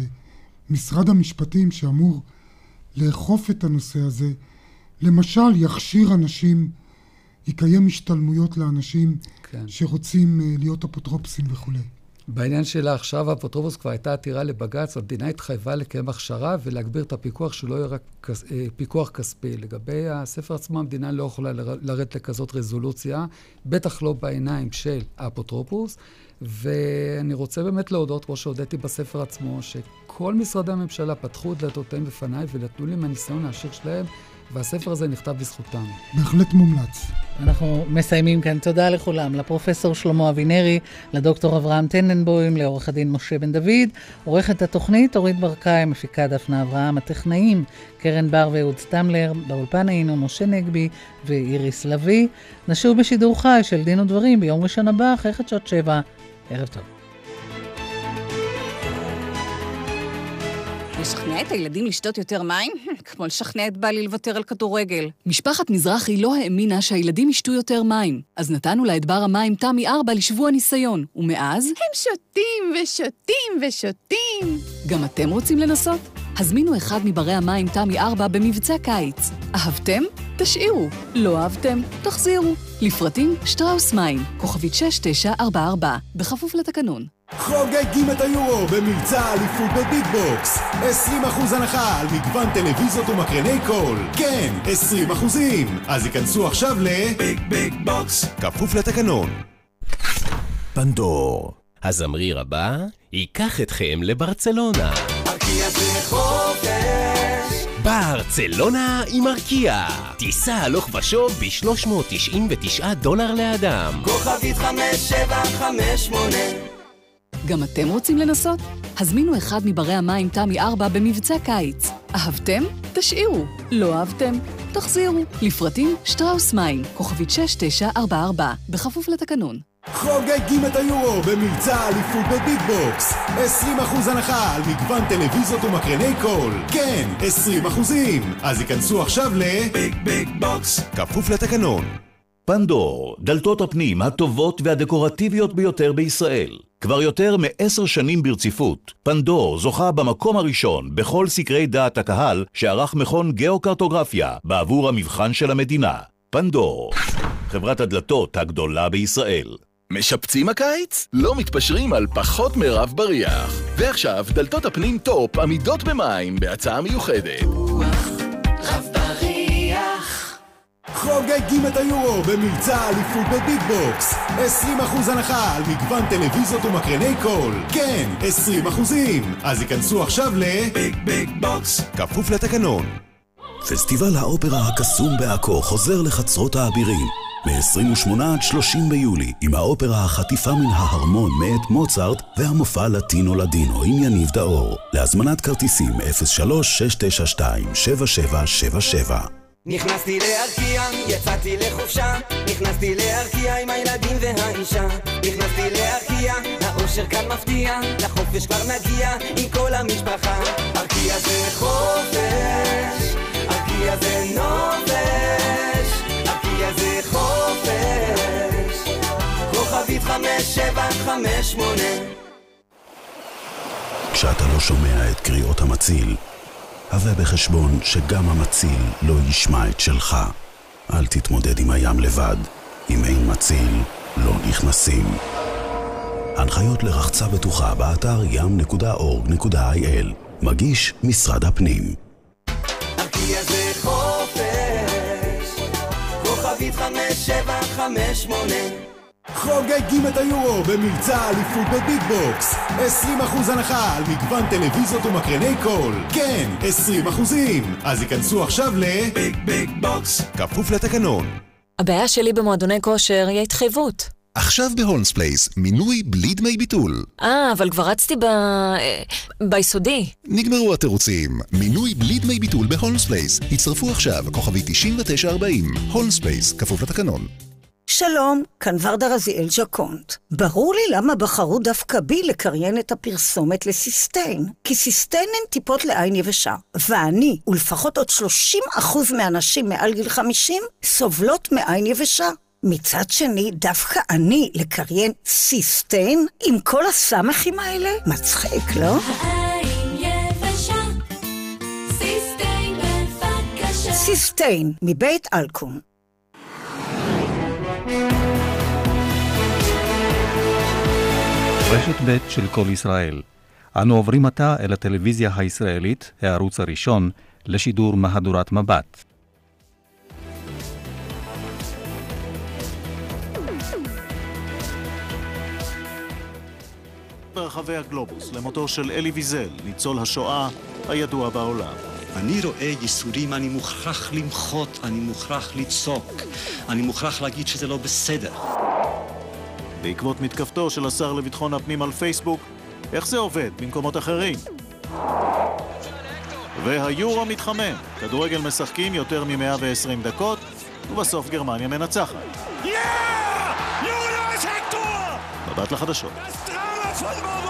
Speaker 7: שמשרד המשפטים שאמור לאכוף את הנושא הזה, למשל יכשיר אנשים, יקיים השתלמויות לאנשים שרוצים להיות אפוטרופסים וכו'?
Speaker 10: בעניין שלה עכשיו האפוטרופוס כבר הייתה עתירה לבג"ץ, המדינה התחייבה לקיים הכשרה ולהגביר את הפיקוח שלא יהיה רק פיקוח כספי. לגבי הספר עצמו, המדינה לא יכולה לרדת לכזאת רזולוציה, בטח לא בעיניים של האפוטרופוס, ואני רוצה באמת להודות, כמו שהודיתי בספר עצמו, שכל משרדי הממשלה פתחו את דלתותיהם בפניי ונתנו לי מהניסיון העשיר שלהם, והספר הזה נכתב בזכותם.
Speaker 7: בהחלט מומלץ.
Speaker 4: אנחנו מסיימים כאן. תודה לכולם, לפרופסור שלמה אבינרי, לדוקטור אברהם טננבוים, לעורך הדין משה בן דוד, עורכת התוכנית אורית ברקאי, מפיקה דפנה אברהם, הטכנאים קרן בר ואהוד סטמלר, באולפן היינו משה נגבי ואיריס לוי. נשוב בשידור חי של דין ודברים ביום ראשון הבא, אחרי חדשות 7. ערב טוב.
Speaker 12: לשכנע את הילדים לשתות יותר מים? כמו לשכנע את בעלי לוותר על כדורגל. משפחת מזרחי לא האמינה שהילדים ישתו יותר מים. אז נתנו לה את בר המים תמי 4 לשבוע ניסיון. ומאז הם שותים ושותים ושותים. גם אתם רוצים לנסות? הזמינו אחד מברי המים תמי 4 במבצע קיץ. אהבתם? תשאירו. לא אהבתם? תחזירו. לפרטים שטראוס מים, כוכבית 6944, בכפוף לתקנון.
Speaker 18: חוגגים את היורו במבצע אליפות בביגבוקס. 20% הנחה על מגוון טלוויזיות ומקרני קול. כן, 20%. אז ייכנסו עכשיו לביג ביג בוקס, כפוף לתקנון.
Speaker 16: פנדור, הזמריר הבא ייקח אתכם לברצלונה.
Speaker 13: ארקיה זה חופש.
Speaker 16: ברצלונה עם ארקיה. טיסה הלוך ושוב $399 לאדם.
Speaker 13: כוכבית 5758.
Speaker 12: גם אתם רוצים לנסות? הזמינו אחד מברי המים תמי 4 במבצע קיץ. אהבתם? תשאירו. לא אהבתם? תחזירו. לפרטים שטראוס מים, כוכבית 6944, בכפוף לתקנון.
Speaker 18: חוגגים את היורו במבצע אליפות בביגבוקס. 20% הנחה על מגוון טלוויזיות ומקרני קול. כן, 20%. אז ייכנסו עכשיו לביג ביג בוקס, כפוף לתקנון.
Speaker 1: פנדור, דלתות הפנים הטובות והדקורטיביות ביותר בישראל. כבר יותר מ10 שנים ברציפות, פנדור זוכה במקום הראשון בכל סקרי דעת הקהל שערך מכון גיאוקרטוגרפיה בעבור המבחן של המדינה. פנדור, חברת הדלתות הגדולה בישראל.
Speaker 3: משפצים הקיץ? לא מתפשרים על פחות מרב בריח. ועכשיו דלתות הפנים טופ עמידות במים בהצעה מיוחדת.
Speaker 13: רב בריח.
Speaker 18: חוגגים את היורו במבצע אליפות בביגבוקס. 20% הנחה על מגוון טלוויזיות ומקרני קול. כן, 20%. אז ייכנסו עכשיו לביג ביג בוקס, כפוף לתקנון.
Speaker 17: פסטיבל האופרה הקסום בעכו חוזר לחצרות האבירים מ-28 עד 30 ביולי עם האופרה החטיפה מן ההרמון מאת מוצרט והמופע לטינו לדינו עם יניב דאור. להזמנת כרטיסים 03-692-7777.
Speaker 13: נכנסתי לארקיה, יצאתי לחופשה. נכנסתי לארקיה עם הילדים והאישה. נכנסתי לארקיה, האושר כאן מפתיע. לחופש כבר נגיע עם כל המשפחה. ארקיה זה חופש, ארקיה זה נובש, ארקיה זה חופש. כוכבית 5758.
Speaker 17: כשאתה לא שומע את קריאות המציל, הווה בחשבון שגם המציל לא ישמע את שלך. אל תתמודד עם הים לבד. אם אין מציל, לא נכנסים. הנחיות לרחצה בטוחה באתר ים.org.il. מגיש משרד הפנים.
Speaker 13: ארקיה זה חופש, כוכבית 5758.
Speaker 18: חוגגים את היורו במבצע אליפות בביגבוקס. 20% הנחה על מגוון טלוויזיות ומקרני קול. כן, 20%. אז ייכנסו עכשיו לביג ביג בוקס, כפוף לתקנון.
Speaker 2: הבעיה שלי במועדוני כושר היא ההתחייבות.
Speaker 5: עכשיו בהולמס פלייס, מינוי בלי דמי ביטול.
Speaker 2: אבל כבר רצתי ביסודי.
Speaker 5: נגמרו התירוצים. מינוי בלי דמי ביטול בהולמס פלייס. הצטרפו עכשיו, כוכבי 9940. הולמס פלייס, כפוף לתקנון.
Speaker 22: שלום, כאן ורדה רזיאל ז'קונט. ברור לי למה בחרו דווקא בי לקריין את הפרסומת לסיסטיין. כי סיסטיין הן טיפות לעין יבשה. ואני, ולפחות עוד 30% מהנשים מעל גיל 50, סובלות מעין יבשה. מצד שני, דווקא אני לקריין סיסטיין עם כל הסמכים האלה? מצחיק, לא?
Speaker 13: העין יבשה, סיסטיין בבקשה.
Speaker 22: סיסטיין, מבית אלקום.
Speaker 24: רשת ב' של כל ישראל. אנו עוברים עתה אל הטלוויזיה הישראלית, הערוץ הראשון, לשידור מהדורת מבט.
Speaker 25: ברחבי הגלובוס למותו של אלי ויזל, ניצול השואה הידוע בעולם.
Speaker 6: אני רואה ייסורים, אני מוכרח למחות, אני מוכרח לצעוק, אני מוכרח להגיד שזה לא בסדר.
Speaker 14: בעקבות מתקפתו של השר לביטחון הפנים על פייסבוק, איך זה עובד במקומות אחרים? והיורו מתחמם, כדורגל משחקים יותר מ-120 דקות, ובסוף גרמניה מנצחת. מבט לחדשות.